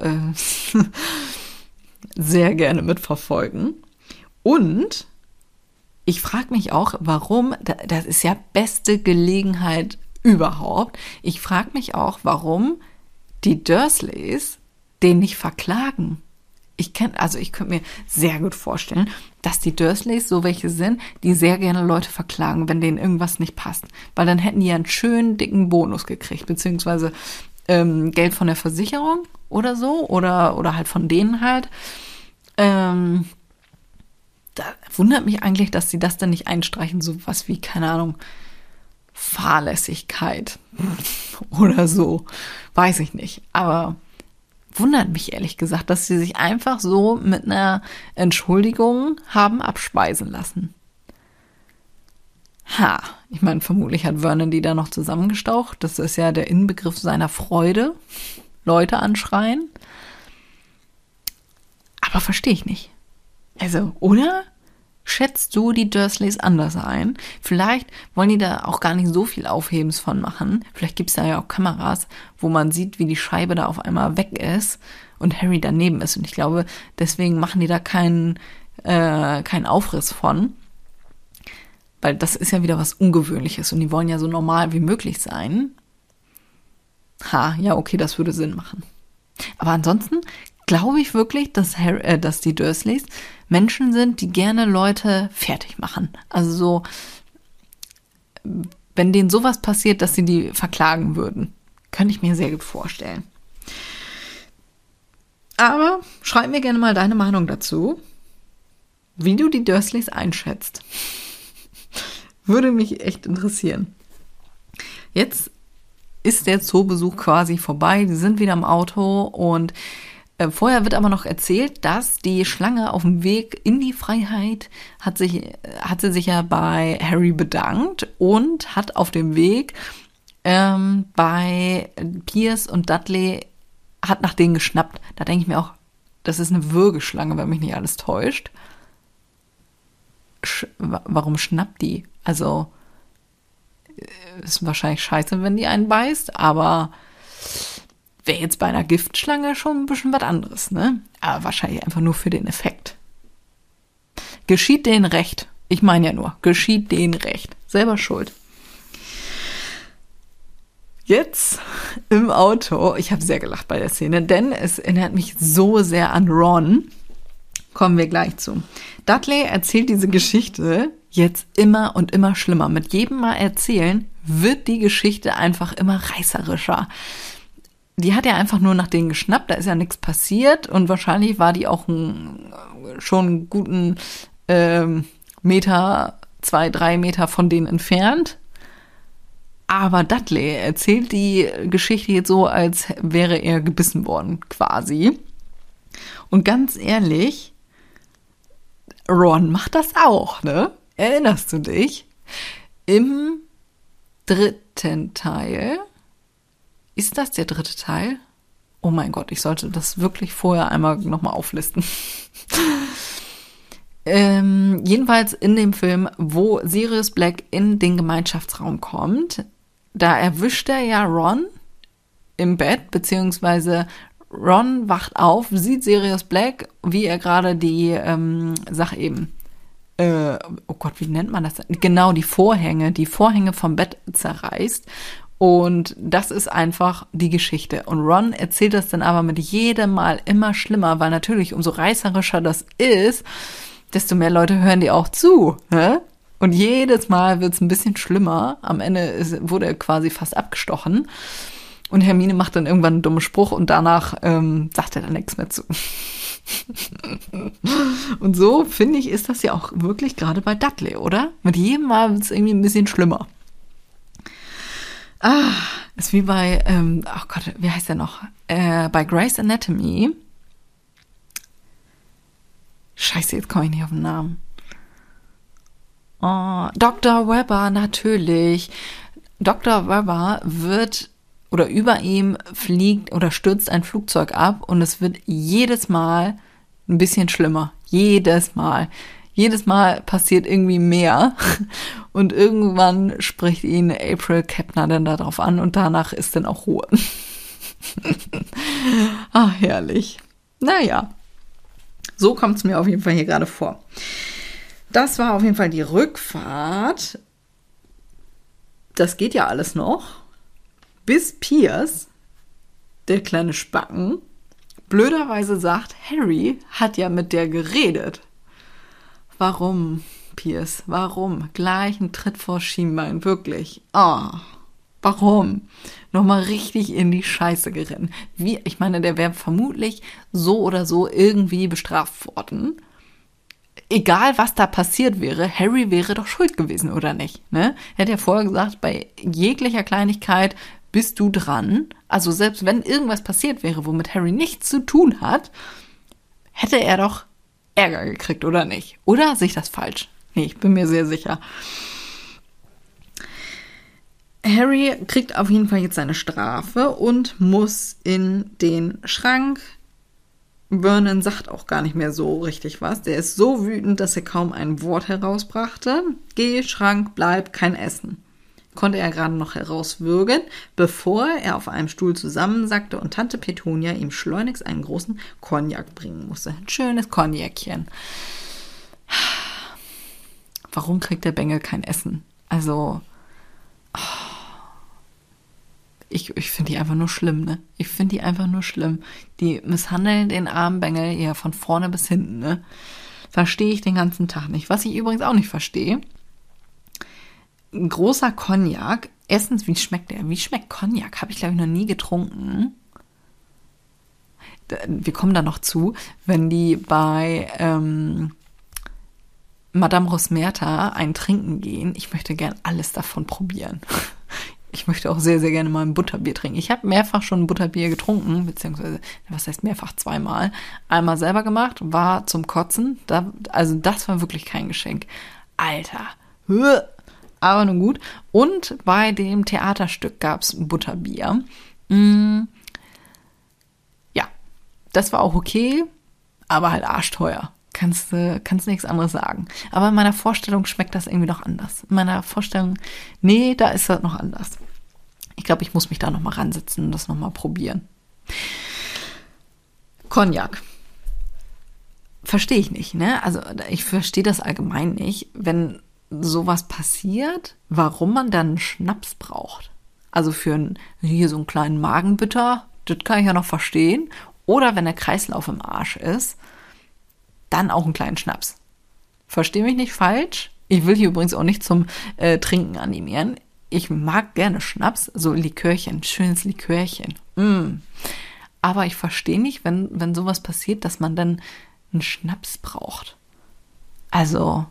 sehr gerne mitverfolgen. Und ich frage mich auch, warum, das ist ja beste Gelegenheit überhaupt. Ich frage mich auch, warum die Dursleys den nicht verklagen. Ich könnte mir sehr gut vorstellen, dass die Dursleys so welche sind, die sehr gerne Leute verklagen, wenn denen irgendwas nicht passt. Weil dann hätten die ja einen schönen, dicken Bonus gekriegt, beziehungsweise Geld von der Versicherung oder so, oder halt von denen halt. Da wundert mich eigentlich, dass sie das dann nicht einstreichen, so was wie, keine Ahnung, Fahrlässigkeit oder so. Weiß ich nicht. Aber wundert mich ehrlich gesagt, dass sie sich einfach so mit einer Entschuldigung haben abspeisen lassen. Ich meine, vermutlich hat Vernon die da noch zusammengestaucht. Das ist ja der Inbegriff seiner Freude. Leute anschreien. Aber verstehe ich nicht. Also, oder schätzt du die Dursleys anders ein? Vielleicht wollen die da auch gar nicht so viel Aufhebens von machen. Vielleicht gibt es da ja auch Kameras, wo man sieht, wie die Scheibe da auf einmal weg ist und Harry daneben ist. Und ich glaube, deswegen machen die da keinen Aufriss von. Weil das ist ja wieder was Ungewöhnliches und die wollen ja so normal wie möglich sein. Ja, okay, das würde Sinn machen. Aber ansonsten glaube ich wirklich, dass die Dursleys Menschen sind, die gerne Leute fertig machen. Also so, wenn denen sowas passiert, dass sie die verklagen würden. Könnte ich mir sehr gut vorstellen. Aber schreib mir gerne mal deine Meinung dazu, wie du die Dursleys einschätzt. Würde mich echt interessieren. Jetzt ist der Zoobesuch quasi vorbei. Die sind wieder im Auto und vorher wird aber noch erzählt, dass die Schlange auf dem Weg in die Freiheit hat sie sich ja bei Harry bedankt und hat auf dem Weg bei Piers und Dudley hat nach denen geschnappt. Da denke ich mir auch, das ist eine Würgeschlange, wenn mich nicht alles täuscht. Warum schnappt die? Also, ist wahrscheinlich scheiße, wenn die einen beißt, aber wäre jetzt bei einer Giftschlange schon ein bisschen was anderes, ne? Aber wahrscheinlich einfach nur für den Effekt. Geschieht denen recht. Ich meine ja nur, geschieht denen recht. Selber schuld. Jetzt im Auto, ich habe sehr gelacht bei der Szene, denn es erinnert mich so sehr an Ron. Kommen wir gleich zu. Dudley erzählt diese Geschichte jetzt immer und immer schlimmer. Mit jedem Mal erzählen wird die Geschichte einfach immer reißerischer. Die hat ja einfach nur nach denen geschnappt, da ist ja nichts passiert und wahrscheinlich war die auch schon einen guten Meter, 2, 3 Meter von denen entfernt. Aber Dudley erzählt die Geschichte jetzt so, als wäre er gebissen worden, quasi. Und ganz ehrlich, Ron macht das auch, ne? Erinnerst du dich? Im 3. Teil, ist das der 3. Teil? Oh mein Gott, ich sollte das wirklich vorher einmal nochmal auflisten. Jedenfalls in dem Film, wo Sirius Black in den Gemeinschaftsraum kommt, da erwischt er ja Ron im Bett, beziehungsweise Ron wacht auf, sieht Sirius Black, wie er gerade die Sache eben, oh Gott, wie nennt man das? Genau, die Vorhänge vom Bett zerreißt. Und das ist einfach die Geschichte. Und Ron erzählt das dann aber mit jedem Mal immer schlimmer, weil natürlich umso reißerischer das ist, desto mehr Leute hören dir auch zu. Hä? Und jedes Mal wird es ein bisschen schlimmer. Am Ende wurde er quasi fast abgestochen. Und Hermine macht dann irgendwann einen dummen Spruch und danach sagt er dann nichts mehr zu. Und so, finde ich, ist das ja auch wirklich gerade bei Dudley, oder? Mit jedem Mal wird es irgendwie ein bisschen schlimmer. Ist wie bei, oh Gott, wie heißt der noch? Bei Grey's Anatomy. Scheiße, jetzt komme ich nicht auf den Namen. Oh, Dr. Webber, natürlich. Dr. Webber wird, oder über ihm fliegt oder stürzt ein Flugzeug ab und es wird jedes Mal ein bisschen schlimmer. Jedes Mal. Jedes Mal passiert irgendwie mehr und irgendwann spricht ihn April Kepner dann darauf an und danach ist dann auch Ruhe. Herrlich. Naja, so kommt es mir auf jeden Fall hier gerade vor. Das war auf jeden Fall die Rückfahrt. Das geht ja alles noch. Bis Piers, der kleine Spacken, blöderweise sagt, Harry hat ja mit der geredet. Warum, Piers? Warum? Gleich ein Tritt vor Schienbein, wirklich. Warum? Nochmal richtig in die Scheiße geritten. Ich meine, der wäre vermutlich so oder so irgendwie bestraft worden. Egal, was da passiert wäre, Harry wäre doch schuld gewesen, oder nicht? Ne? Er hat ja vorher gesagt, bei jeglicher Kleinigkeit bist du dran. Also selbst wenn irgendwas passiert wäre, womit Harry nichts zu tun hat, hätte er doch Ärger gekriegt, oder nicht? Oder sehe ich das falsch? Nee, ich bin mir sehr sicher. Harry kriegt auf jeden Fall jetzt seine Strafe und muss in den Schrank. Vernon sagt auch gar nicht mehr so richtig was. Der ist so wütend, dass er kaum ein Wort herausbrachte. Geh, Schrank, bleib, kein Essen. Konnte er gerade noch herauswürgen, bevor er auf einem Stuhl zusammensackte und Tante Petunia ihm schleunigst einen großen Cognac bringen musste. Ein schönes Cognacchen. Warum kriegt der Bengel kein Essen? Also, ich finde die einfach nur schlimm, ne? Ich finde die einfach nur schlimm. Die misshandeln den armen Bengel ja von vorne bis hinten, ne? Verstehe ich den ganzen Tag nicht. Was ich übrigens auch nicht verstehe, ein großer Cognac. Erstens, wie schmeckt der? Wie schmeckt Cognac? Habe ich, glaube ich, noch nie getrunken. Wir kommen da noch zu, wenn die bei Madame Rosmerta ein Trinken gehen. Ich möchte gern alles davon probieren. Ich möchte auch sehr, sehr gerne mal ein Butterbier trinken. Ich habe mehrfach schon ein Butterbier getrunken, beziehungsweise, was heißt mehrfach, zweimal. Einmal selber gemacht, war zum Kotzen. Also das war wirklich kein Geschenk. Alter. Aber nun gut. Und bei dem Theaterstück gab es Butterbier. Ja, das war auch okay, aber halt arschteuer. Kannst nichts anderes sagen. Aber in meiner Vorstellung schmeckt das irgendwie noch anders. In meiner Vorstellung, nee, da ist das noch anders. Ich glaube, ich muss mich da nochmal ransetzen und das nochmal probieren. Cognac. Verstehe ich nicht, ne? Also ich verstehe das allgemein nicht, wenn sowas passiert, warum man dann Schnaps braucht. Also für hier so einen kleinen Magenbitter, das kann ich ja noch verstehen. Oder wenn der Kreislauf im Arsch ist, dann auch einen kleinen Schnaps. Versteh mich nicht falsch. Ich will hier übrigens auch nicht zum Trinken animieren. Ich mag gerne Schnaps, so Likörchen, schönes Likörchen. Aber ich verstehe nicht, wenn sowas passiert, dass man dann einen Schnaps braucht. Also,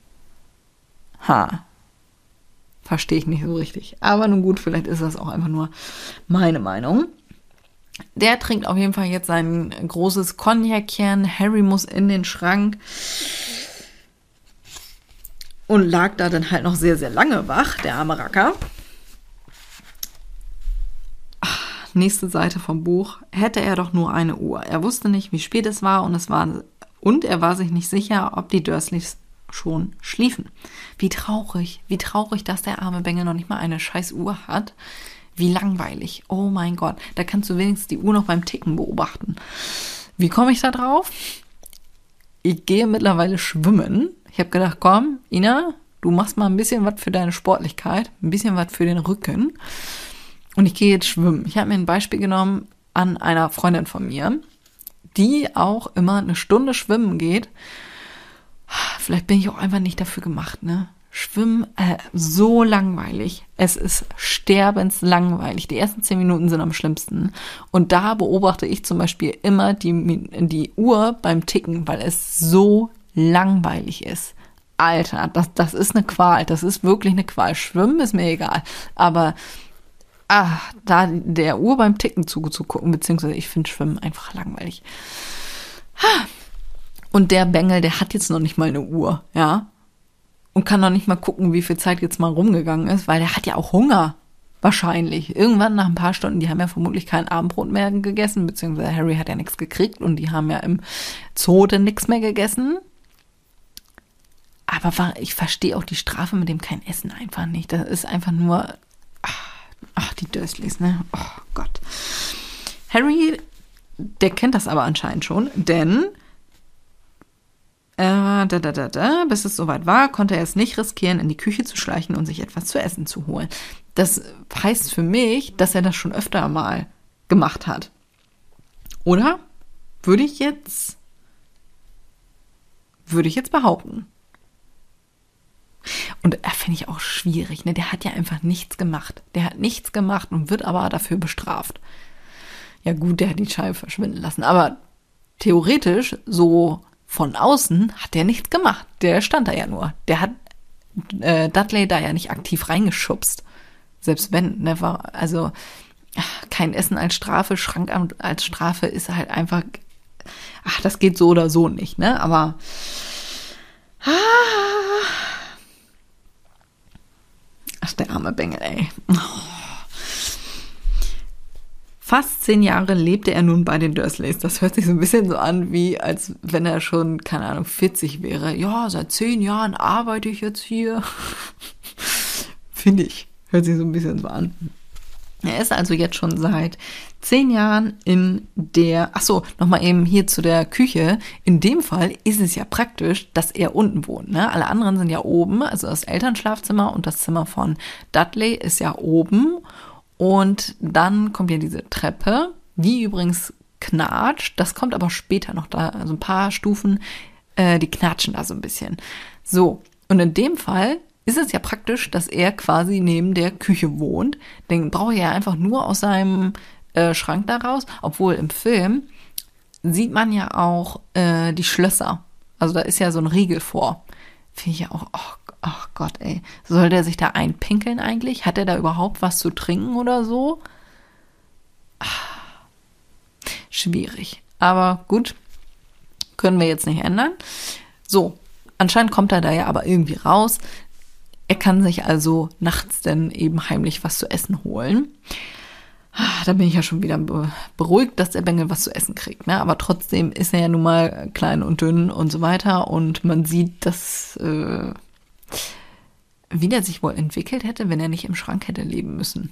verstehe ich nicht so richtig. Aber nun gut, vielleicht ist das auch einfach nur meine Meinung. Der trinkt auf jeden Fall jetzt sein großes Cognacchen. Harry muss in den Schrank und lag da dann halt noch sehr, sehr lange wach, der arme Racker. Nächste Seite vom Buch. Hätte er doch nur eine Uhr. Er wusste nicht, wie spät es war und er war sich nicht sicher, ob die Dursleys schon schliefen. Wie traurig, dass der arme Bengel noch nicht mal eine scheiß Uhr hat. Wie langweilig. Oh mein Gott. Da kannst du wenigstens die Uhr noch beim Ticken beobachten. Wie komme ich da drauf? Ich gehe mittlerweile schwimmen. Ich habe gedacht, komm, Ina, du machst mal ein bisschen was für deine Sportlichkeit, ein bisschen was für den Rücken. Und ich gehe jetzt schwimmen. Ich habe mir ein Beispiel genommen an einer Freundin von mir, die auch immer eine Stunde schwimmen geht. Vielleicht bin ich auch einfach nicht dafür gemacht, ne? Schwimmen, so langweilig. Es ist sterbenslangweilig. Die ersten 10 Minuten sind am schlimmsten. Und da beobachte ich zum Beispiel immer die Uhr beim Ticken, weil es so langweilig ist. Alter, das ist eine Qual. Das ist wirklich eine Qual. Schwimmen ist mir egal. Aber da der Uhr beim Ticken zuzugucken, beziehungsweise ich finde Schwimmen einfach langweilig. Und der Bengel, der hat jetzt noch nicht mal eine Uhr, ja? Und kann noch nicht mal gucken, wie viel Zeit jetzt mal rumgegangen ist, weil der hat ja auch Hunger. Wahrscheinlich. Irgendwann nach ein paar Stunden, die haben ja vermutlich kein Abendbrot mehr gegessen, beziehungsweise Harry hat ja nichts gekriegt und die haben ja im Zoo dann nichts mehr gegessen. Aber ich verstehe auch die Strafe mit dem kein Essen einfach nicht. Das ist einfach nur, die Dursleys, ne? Oh Gott. Harry, der kennt das aber anscheinend schon, denn bis es soweit war, konnte er es nicht riskieren, in die Küche zu schleichen und sich etwas zu essen zu holen. Das heißt für mich, dass er das schon öfter mal gemacht hat. Oder? Würde ich jetzt behaupten. Und finde ich auch schwierig, ne? Der hat ja einfach nichts gemacht. Der hat nichts gemacht und wird aber dafür bestraft. Ja gut, der hat die Scheibe verschwinden lassen, aber theoretisch so von außen hat der nichts gemacht. Der stand da ja nur. Der hat Dudley da ja nicht aktiv reingeschubst. Selbst wenn, ne, also kein Essen als Strafe, Schrank als Strafe ist halt einfach, das geht so oder so nicht, ne, aber der arme Bengel, ey. Fast 10 Jahre lebte er nun bei den Dursleys. Das hört sich so ein bisschen so an, wie als wenn er schon, keine Ahnung, 40 wäre. Ja, seit 10 Jahren arbeite ich jetzt hier. Finde ich. Hört sich so ein bisschen so an. Er ist also jetzt schon seit 10 Jahren in der, nochmal eben hier zu der Küche. In dem Fall ist es ja praktisch, dass er unten wohnt, ne? Alle anderen sind ja oben, also das Elternschlafzimmer und das Zimmer von Dudley ist ja oben. Und dann kommt ja diese Treppe, die übrigens knatscht. Das kommt aber später noch da, also ein paar Stufen, die knatschen da so ein bisschen. So, und in dem Fall ist es ja praktisch, dass er quasi neben der Küche wohnt. Den braucht er ja einfach nur aus seinem Schrank da raus. Obwohl im Film sieht man ja auch die Schlösser. Also da ist ja so ein Riegel vor. Finde ich ja auch, oh Gott, ey. Soll der sich da einpinkeln eigentlich? Hat er da überhaupt was zu trinken oder so? Schwierig. Aber gut, können wir jetzt nicht ändern. So, anscheinend kommt er da ja aber irgendwie raus. Er kann sich also nachts dann eben heimlich was zu essen holen. Da bin ich ja schon wieder beruhigt, dass der Bengel was zu essen kriegt. Ne? Aber trotzdem ist er ja nun mal klein und dünn und so weiter. Und man sieht, dass wie der sich wohl entwickelt hätte, wenn er nicht im Schrank hätte leben müssen.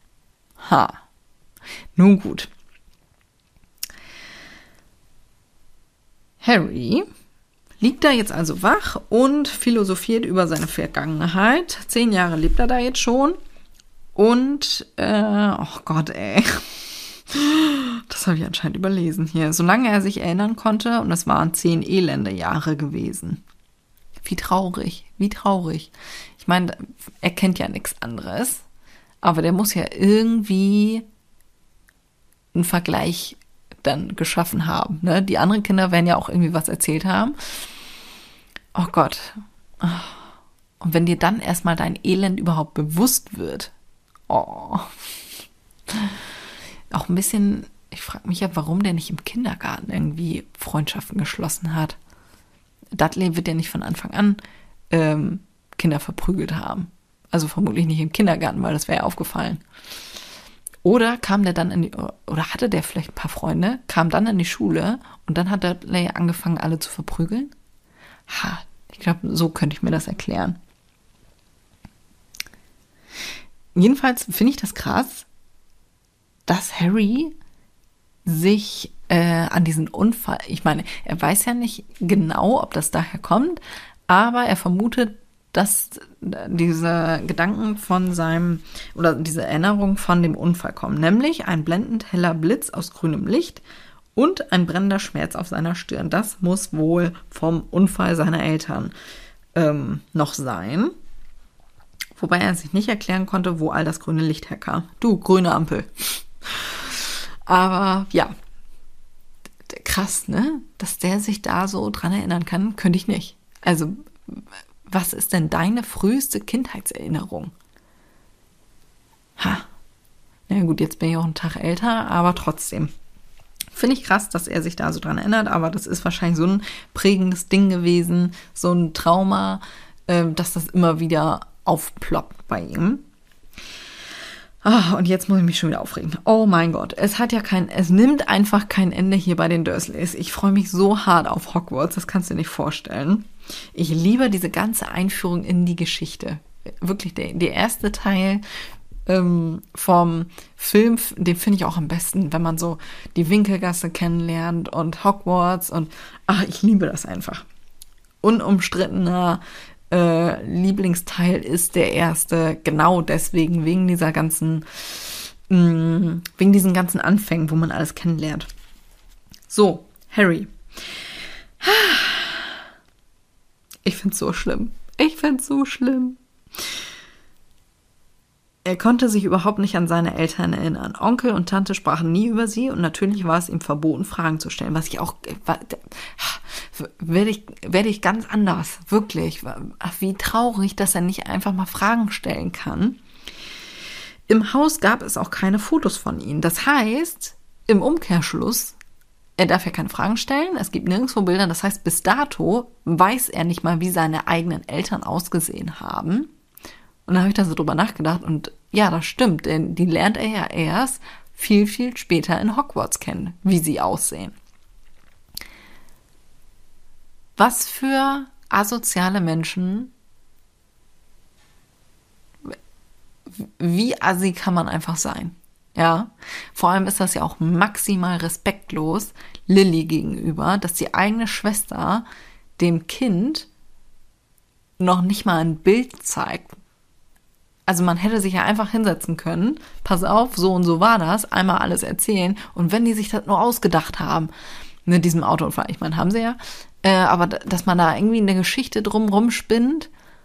Nun gut. Harry liegt da jetzt also wach und philosophiert über seine Vergangenheit. 10 Jahre lebt er da jetzt schon. Und, oh Gott, ey. Das habe ich anscheinend überlesen hier. Solange er sich erinnern konnte, und das waren 10 elende Jahre gewesen. Wie traurig, wie traurig. Ich meine, er kennt ja nichts anderes. Aber der muss ja irgendwie einen Vergleich dann geschaffen haben. Ne? Die anderen Kinder werden ja auch irgendwie was erzählt haben. Oh Gott. Und wenn dir dann erstmal dein Elend überhaupt bewusst wird. Oh. Auch ein bisschen, ich frage mich ja, warum der nicht im Kindergarten irgendwie Freundschaften geschlossen hat. Dudley wird ja nicht von Anfang an Kinder verprügelt haben. Also vermutlich nicht im Kindergarten, weil das wäre ja aufgefallen. Oder kam der dann oder hatte der vielleicht ein paar Freunde, kam dann in die Schule und dann hat Dudley angefangen, alle zu verprügeln? Ich glaube, so könnte ich mir das erklären. Jedenfalls finde ich das krass, dass Harry sich an diesen Unfall, ich meine, er weiß ja nicht genau, ob das daher kommt, aber er vermutet, dass diese Gedanken von seinem, oder diese Erinnerung von dem Unfall kommen. Nämlich ein blendend heller Blitz aus grünem Licht und ein brennender Schmerz auf seiner Stirn. Das muss wohl vom Unfall seiner Eltern noch sein. Wobei er sich nicht erklären konnte, wo all das grüne Licht herkam. Du, grüne Ampel. Aber ja, krass, ne? Dass der sich da so dran erinnern kann, könnte ich nicht. Also, was ist denn deine früheste Kindheitserinnerung? Na gut, jetzt bin ich auch einen Tag älter, aber trotzdem. Finde ich krass, dass er sich da so dran erinnert, aber das ist wahrscheinlich so ein prägendes Ding gewesen, so ein Trauma, dass das immer wieder aufploppt bei ihm. Und jetzt muss ich mich schon wieder aufregen. Oh mein Gott, es nimmt einfach kein Ende hier bei den Dursleys. Ich freue mich so hart auf Hogwarts, das kannst du dir nicht vorstellen. Ich liebe diese ganze Einführung in die Geschichte. Wirklich, der erste Teil vom Film, den finde ich auch am besten, wenn man so die Winkelgasse kennenlernt und Hogwarts und ich liebe das einfach. Unumstrittener Lieblingsteil ist der erste, genau deswegen, wegen diesen ganzen Anfängen, wo man alles kennenlernt. So, Harry. Ich find's so schlimm. Er konnte sich überhaupt nicht an seine Eltern erinnern. Onkel und Tante sprachen nie über sie und natürlich war es ihm verboten, Fragen zu stellen. Was ich auch, werde ich ganz anders, wirklich. Wie traurig, dass er nicht einfach mal Fragen stellen kann. Im Haus gab es auch keine Fotos von ihm. Das heißt, im Umkehrschluss, er darf ja keine Fragen stellen, es gibt nirgendwo Bilder. Das heißt, bis dato weiß er nicht mal, wie seine eigenen Eltern ausgesehen haben. Und dann habe ich da so drüber nachgedacht und ja, das stimmt, denn die lernt er ja erst viel, viel später in Hogwarts kennen, wie sie aussehen. Was für asoziale Menschen, wie assi kann man einfach sein, ja? Vor allem ist das ja auch maximal respektlos Lily gegenüber, dass die eigene Schwester dem Kind noch nicht mal ein Bild zeigt, Also man hätte sich ja einfach hinsetzen können, pass auf, so und so war das, einmal alles erzählen. Und wenn die sich das nur ausgedacht haben, mit diesem Autounfall, ich meine, haben sie ja, aber dass man da irgendwie eine Geschichte drumrum spinnt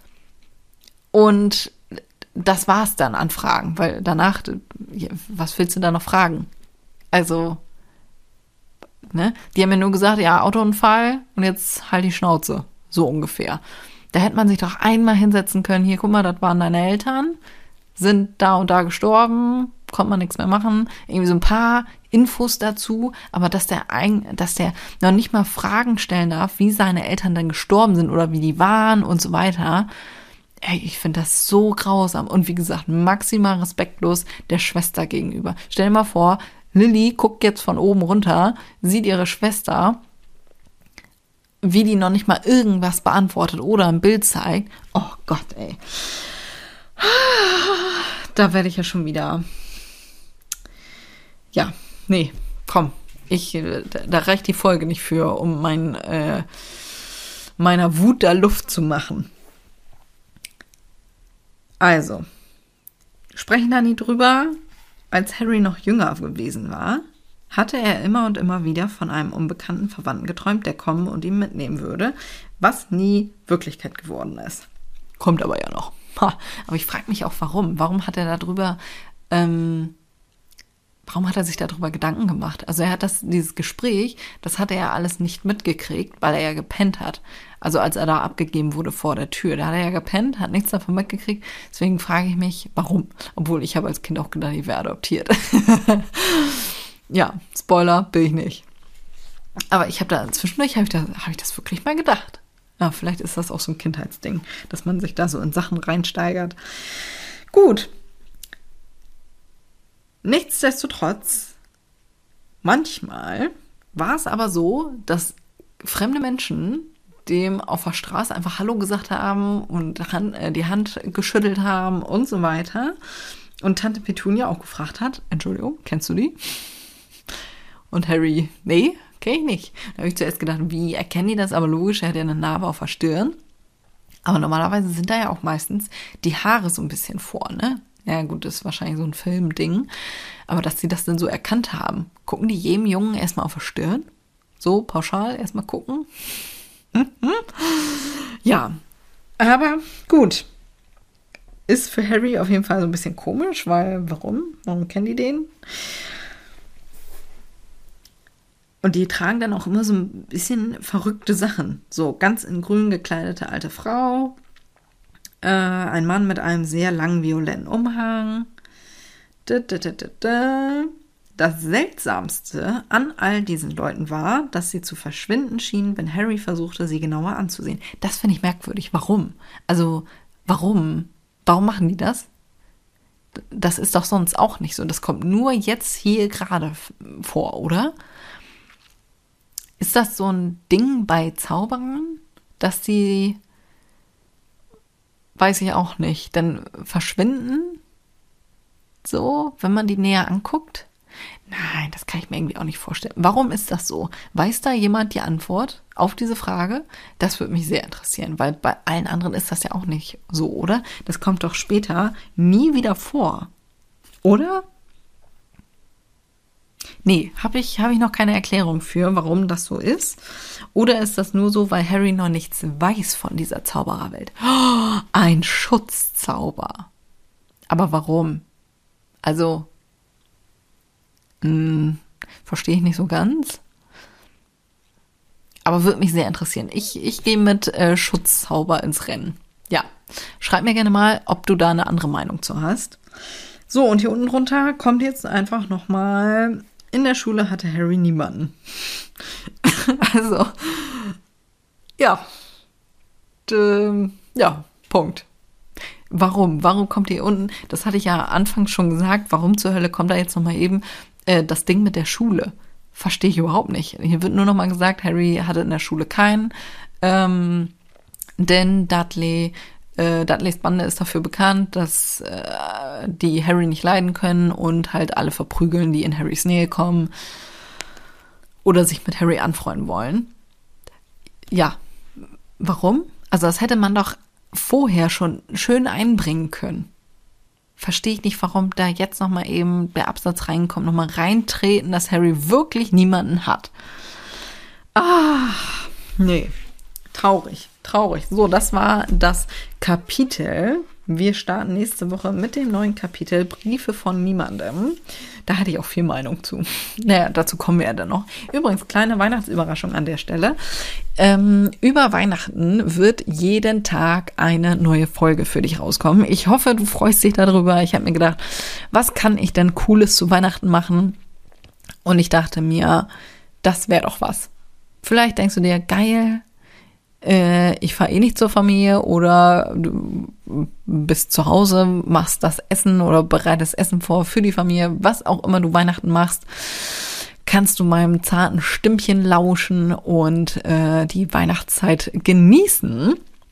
und das war's dann an Fragen, weil danach, was willst du da noch fragen? Also, ne, die haben mir nur gesagt, ja, Autounfall und jetzt halt die Schnauze, so ungefähr. Da hätte man sich doch einmal hinsetzen können, hier, guck mal, das waren deine Eltern, sind da und da gestorben, konnte man nichts mehr machen, irgendwie so ein paar Infos dazu, aber dass der noch nicht mal Fragen stellen darf, wie seine Eltern dann gestorben sind oder wie die waren und so weiter. Ey, ich finde das so grausam und wie gesagt, maximal respektlos der Schwester gegenüber. Stell dir mal vor, Lilly guckt jetzt von oben runter, sieht ihre Schwester, wie die noch nicht mal irgendwas beantwortet oder ein Bild zeigt. Oh Gott, ey. Da werde ich ja schon wieder... Ja, nee, komm. Da reicht die Folge nicht für, um meiner Wut da Luft zu machen. Also, sprechen da nie drüber. Als Harry noch jünger gewesen war, hatte er immer und immer wieder von einem unbekannten Verwandten geträumt, der kommen und ihn mitnehmen würde, was nie Wirklichkeit geworden ist. Kommt aber ja noch. Aber ich frage mich auch, warum. Warum hat er sich darüber Gedanken gemacht? Also er hat dieses Gespräch, das hat er ja alles nicht mitgekriegt, weil er ja gepennt hat. Also als er da abgegeben wurde vor der Tür, da hat er ja gepennt, hat nichts davon mitgekriegt. Deswegen frage ich mich, warum? Obwohl ich habe als Kind auch gedacht, ich wäre adoptiert. Ja, Spoiler, bin ich nicht. Aber zwischendurch habe ich das wirklich mal gedacht. Ja, vielleicht ist das auch so ein Kindheitsding, dass man sich da so in Sachen reinsteigert. Gut. Nichtsdestotrotz, manchmal war es aber so, dass fremde Menschen dem auf der Straße einfach Hallo gesagt haben und die Hand geschüttelt haben und so weiter. Und Tante Petunia auch gefragt hat, Entschuldigung, kennst du die? Und Harry, nee, kenn ich nicht. Da habe ich zuerst gedacht, wie erkennen die das? Aber logisch, er hat ja eine Narbe auf der Stirn. Aber normalerweise sind da ja auch meistens die Haare so ein bisschen vor, ne? Ja gut, das ist wahrscheinlich so ein Filmding. Aber dass sie das dann so erkannt haben. Gucken die jedem Jungen erstmal auf der Stirn? So pauschal erstmal gucken? Ja, aber gut. Ist für Harry auf jeden Fall so ein bisschen komisch, weil warum? Warum kennen die den? Und die tragen dann auch immer so ein bisschen verrückte Sachen. So ganz in grün gekleidete alte Frau. Ein Mann mit einem sehr langen violetten Umhang. Das Seltsamste an all diesen Leuten war, dass sie zu verschwinden schienen, wenn Harry versuchte, sie genauer anzusehen. Das finde ich merkwürdig. Warum? Also, warum? Warum machen die das? Das ist doch sonst auch nicht so. Das kommt nur jetzt hier gerade vor, oder? Ist das so ein Ding bei Zauberern, dass die, weiß ich auch nicht, dann verschwinden? So, wenn man die näher anguckt? Nein, das kann ich mir irgendwie auch nicht vorstellen. Warum ist das so? Weiß da jemand die Antwort auf diese Frage? Das würde mich sehr interessieren, weil bei allen anderen ist das ja auch nicht so, oder? Das kommt doch später nie wieder vor, oder? Nee, habe ich noch keine Erklärung für, warum das so ist. Oder ist das nur so, weil Harry noch nichts weiß von dieser Zaubererwelt? Oh, ein Schutzzauber. Aber warum? Also, verstehe ich nicht so ganz. Aber würde mich sehr interessieren. Ich gehe mit Schutzzauber ins Rennen. Ja, schreib mir gerne mal, ob du da eine andere Meinung zu hast. So, und hier unten drunter kommt jetzt einfach nochmal: In der Schule hatte Harry niemanden. Also, ja. Ja, Punkt. Warum? Warum kommt hier unten? Das hatte ich ja anfangs schon gesagt. Warum zur Hölle kommt da jetzt nochmal eben das Ding mit der Schule? Verstehe ich überhaupt nicht. Hier wird nur nochmal gesagt, Harry hatte in der Schule keinen. Denn Dudleys Bande ist dafür bekannt, dass die Harry nicht leiden können und halt alle verprügeln, die in Harrys Nähe kommen oder sich mit Harry anfreunden wollen. Ja, warum? Also das hätte man doch vorher schon schön einbringen können. verstehe ich nicht, warum da jetzt nochmal eben der Absatz reinkommt, nochmal reintreten, dass Harry wirklich niemanden hat. Nee, traurig. So, das war das Kapitel. Wir starten nächste Woche mit dem neuen Kapitel Briefe von niemandem. Da hatte ich auch viel Meinung zu. Naja, dazu kommen wir ja dann noch. Übrigens, kleine Weihnachtsüberraschung an der Stelle. Über Weihnachten wird jeden Tag eine neue Folge für dich rauskommen. Ich hoffe, du freust dich darüber. Ich habe mir gedacht, was kann ich denn Cooles zu Weihnachten machen? Und ich dachte mir, das wäre doch was. Vielleicht denkst du dir, geil, ich fahre eh nicht zur Familie oder du bist zu Hause, machst das Essen oder bereitest Essen vor für die Familie, was auch immer du Weihnachten machst, kannst du meinem zarten Stimmchen lauschen und die Weihnachtszeit genießen.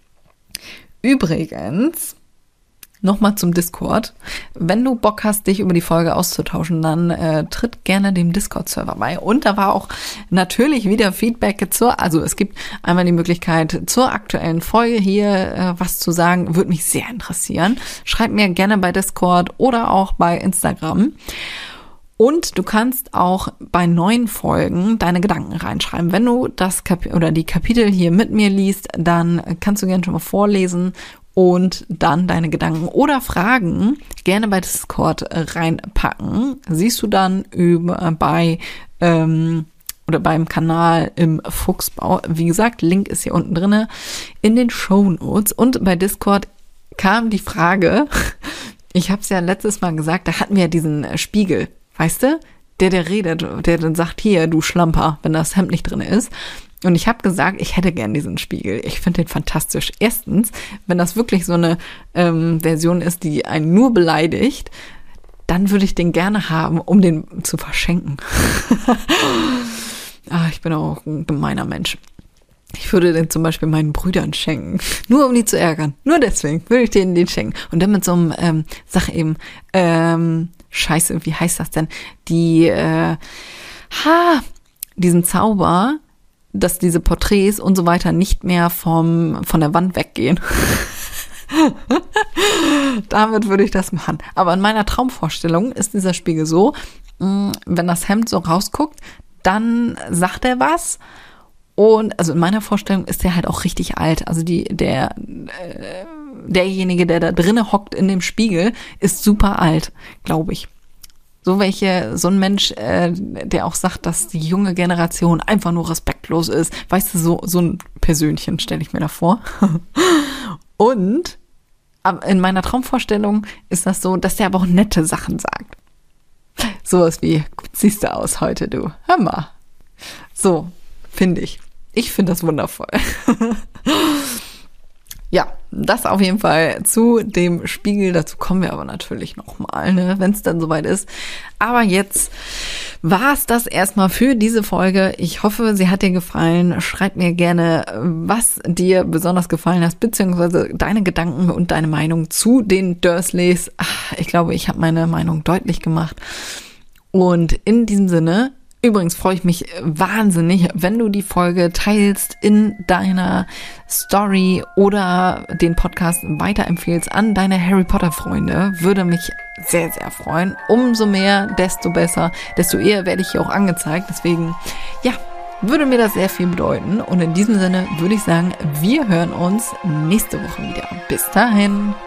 Übrigens, nochmal zum Discord. Wenn du Bock hast, dich über die Folge auszutauschen, dann tritt gerne dem Discord-Server bei. Und da war auch natürlich wieder Feedback also es gibt einmal die Möglichkeit, zur aktuellen Folge hier was zu sagen. Würde mich sehr interessieren. Schreib mir gerne bei Discord oder auch bei Instagram. Und du kannst auch bei neuen Folgen deine Gedanken reinschreiben. Wenn du das die Kapitel hier mit mir liest, dann kannst du gerne schon mal vorlesen und dann deine Gedanken oder Fragen gerne bei Discord reinpacken. Siehst du dann beim Kanal im Fuchsbau. Wie gesagt, Link ist hier unten drinne in den Shownotes. Und bei Discord kam die Frage, ich habe es ja letztes Mal gesagt, da hatten wir ja diesen Spiegel, weißt du? Der redet, der dann sagt, hier, du Schlamper, wenn das Hemd nicht drin ist. Und ich habe gesagt, ich hätte gern diesen Spiegel. Ich finde den fantastisch. Erstens, wenn das wirklich so eine Version ist, die einen nur beleidigt, dann würde ich den gerne haben, um den zu verschenken. Ich bin auch ein gemeiner Mensch. Ich würde den zum Beispiel meinen Brüdern schenken. Nur um die zu ärgern. Nur deswegen würde ich denen den schenken. Und dann mit so einem, sag eben, Scheiße, wie heißt das denn? Diesen Zauber, dass diese Porträts und so weiter nicht mehr von der Wand weggehen. Damit würde ich das machen. Aber in meiner Traumvorstellung ist dieser Spiegel so, wenn das Hemd so rausguckt, dann sagt er was. Und also in meiner Vorstellung ist der halt auch richtig alt. Also derjenige, der da drinnen hockt in dem Spiegel, ist super alt, glaube ich. So ein Mensch, der auch sagt, dass die junge Generation einfach nur respektlos ist. Weißt du, so ein Persönchen stelle ich mir da vor. Und in meiner Traumvorstellung ist das so, dass der aber auch nette Sachen sagt. Sowas wie, gut siehst du aus heute, du. Hör mal. So, finde ich. Ich finde das wundervoll. Ja, das auf jeden Fall zu dem Spiegel. Dazu kommen wir aber natürlich nochmal, ne, wenn es dann soweit ist. Aber jetzt war es das erstmal für diese Folge. Ich hoffe, sie hat dir gefallen. Schreib mir gerne, was dir besonders gefallen hat, beziehungsweise deine Gedanken und deine Meinung zu den Dursleys. Ich glaube, ich habe meine Meinung deutlich gemacht. Und in diesem Sinne, übrigens freue ich mich wahnsinnig, wenn du die Folge teilst in deiner Story oder den Podcast weiterempfehlst an deine Harry Potter Freunde. Würde mich sehr, sehr freuen. Umso mehr, desto besser, desto eher werde ich hier auch angezeigt. Deswegen, ja, würde mir das sehr viel bedeuten. Und in diesem Sinne würde ich sagen, wir hören uns nächste Woche wieder. Bis dahin.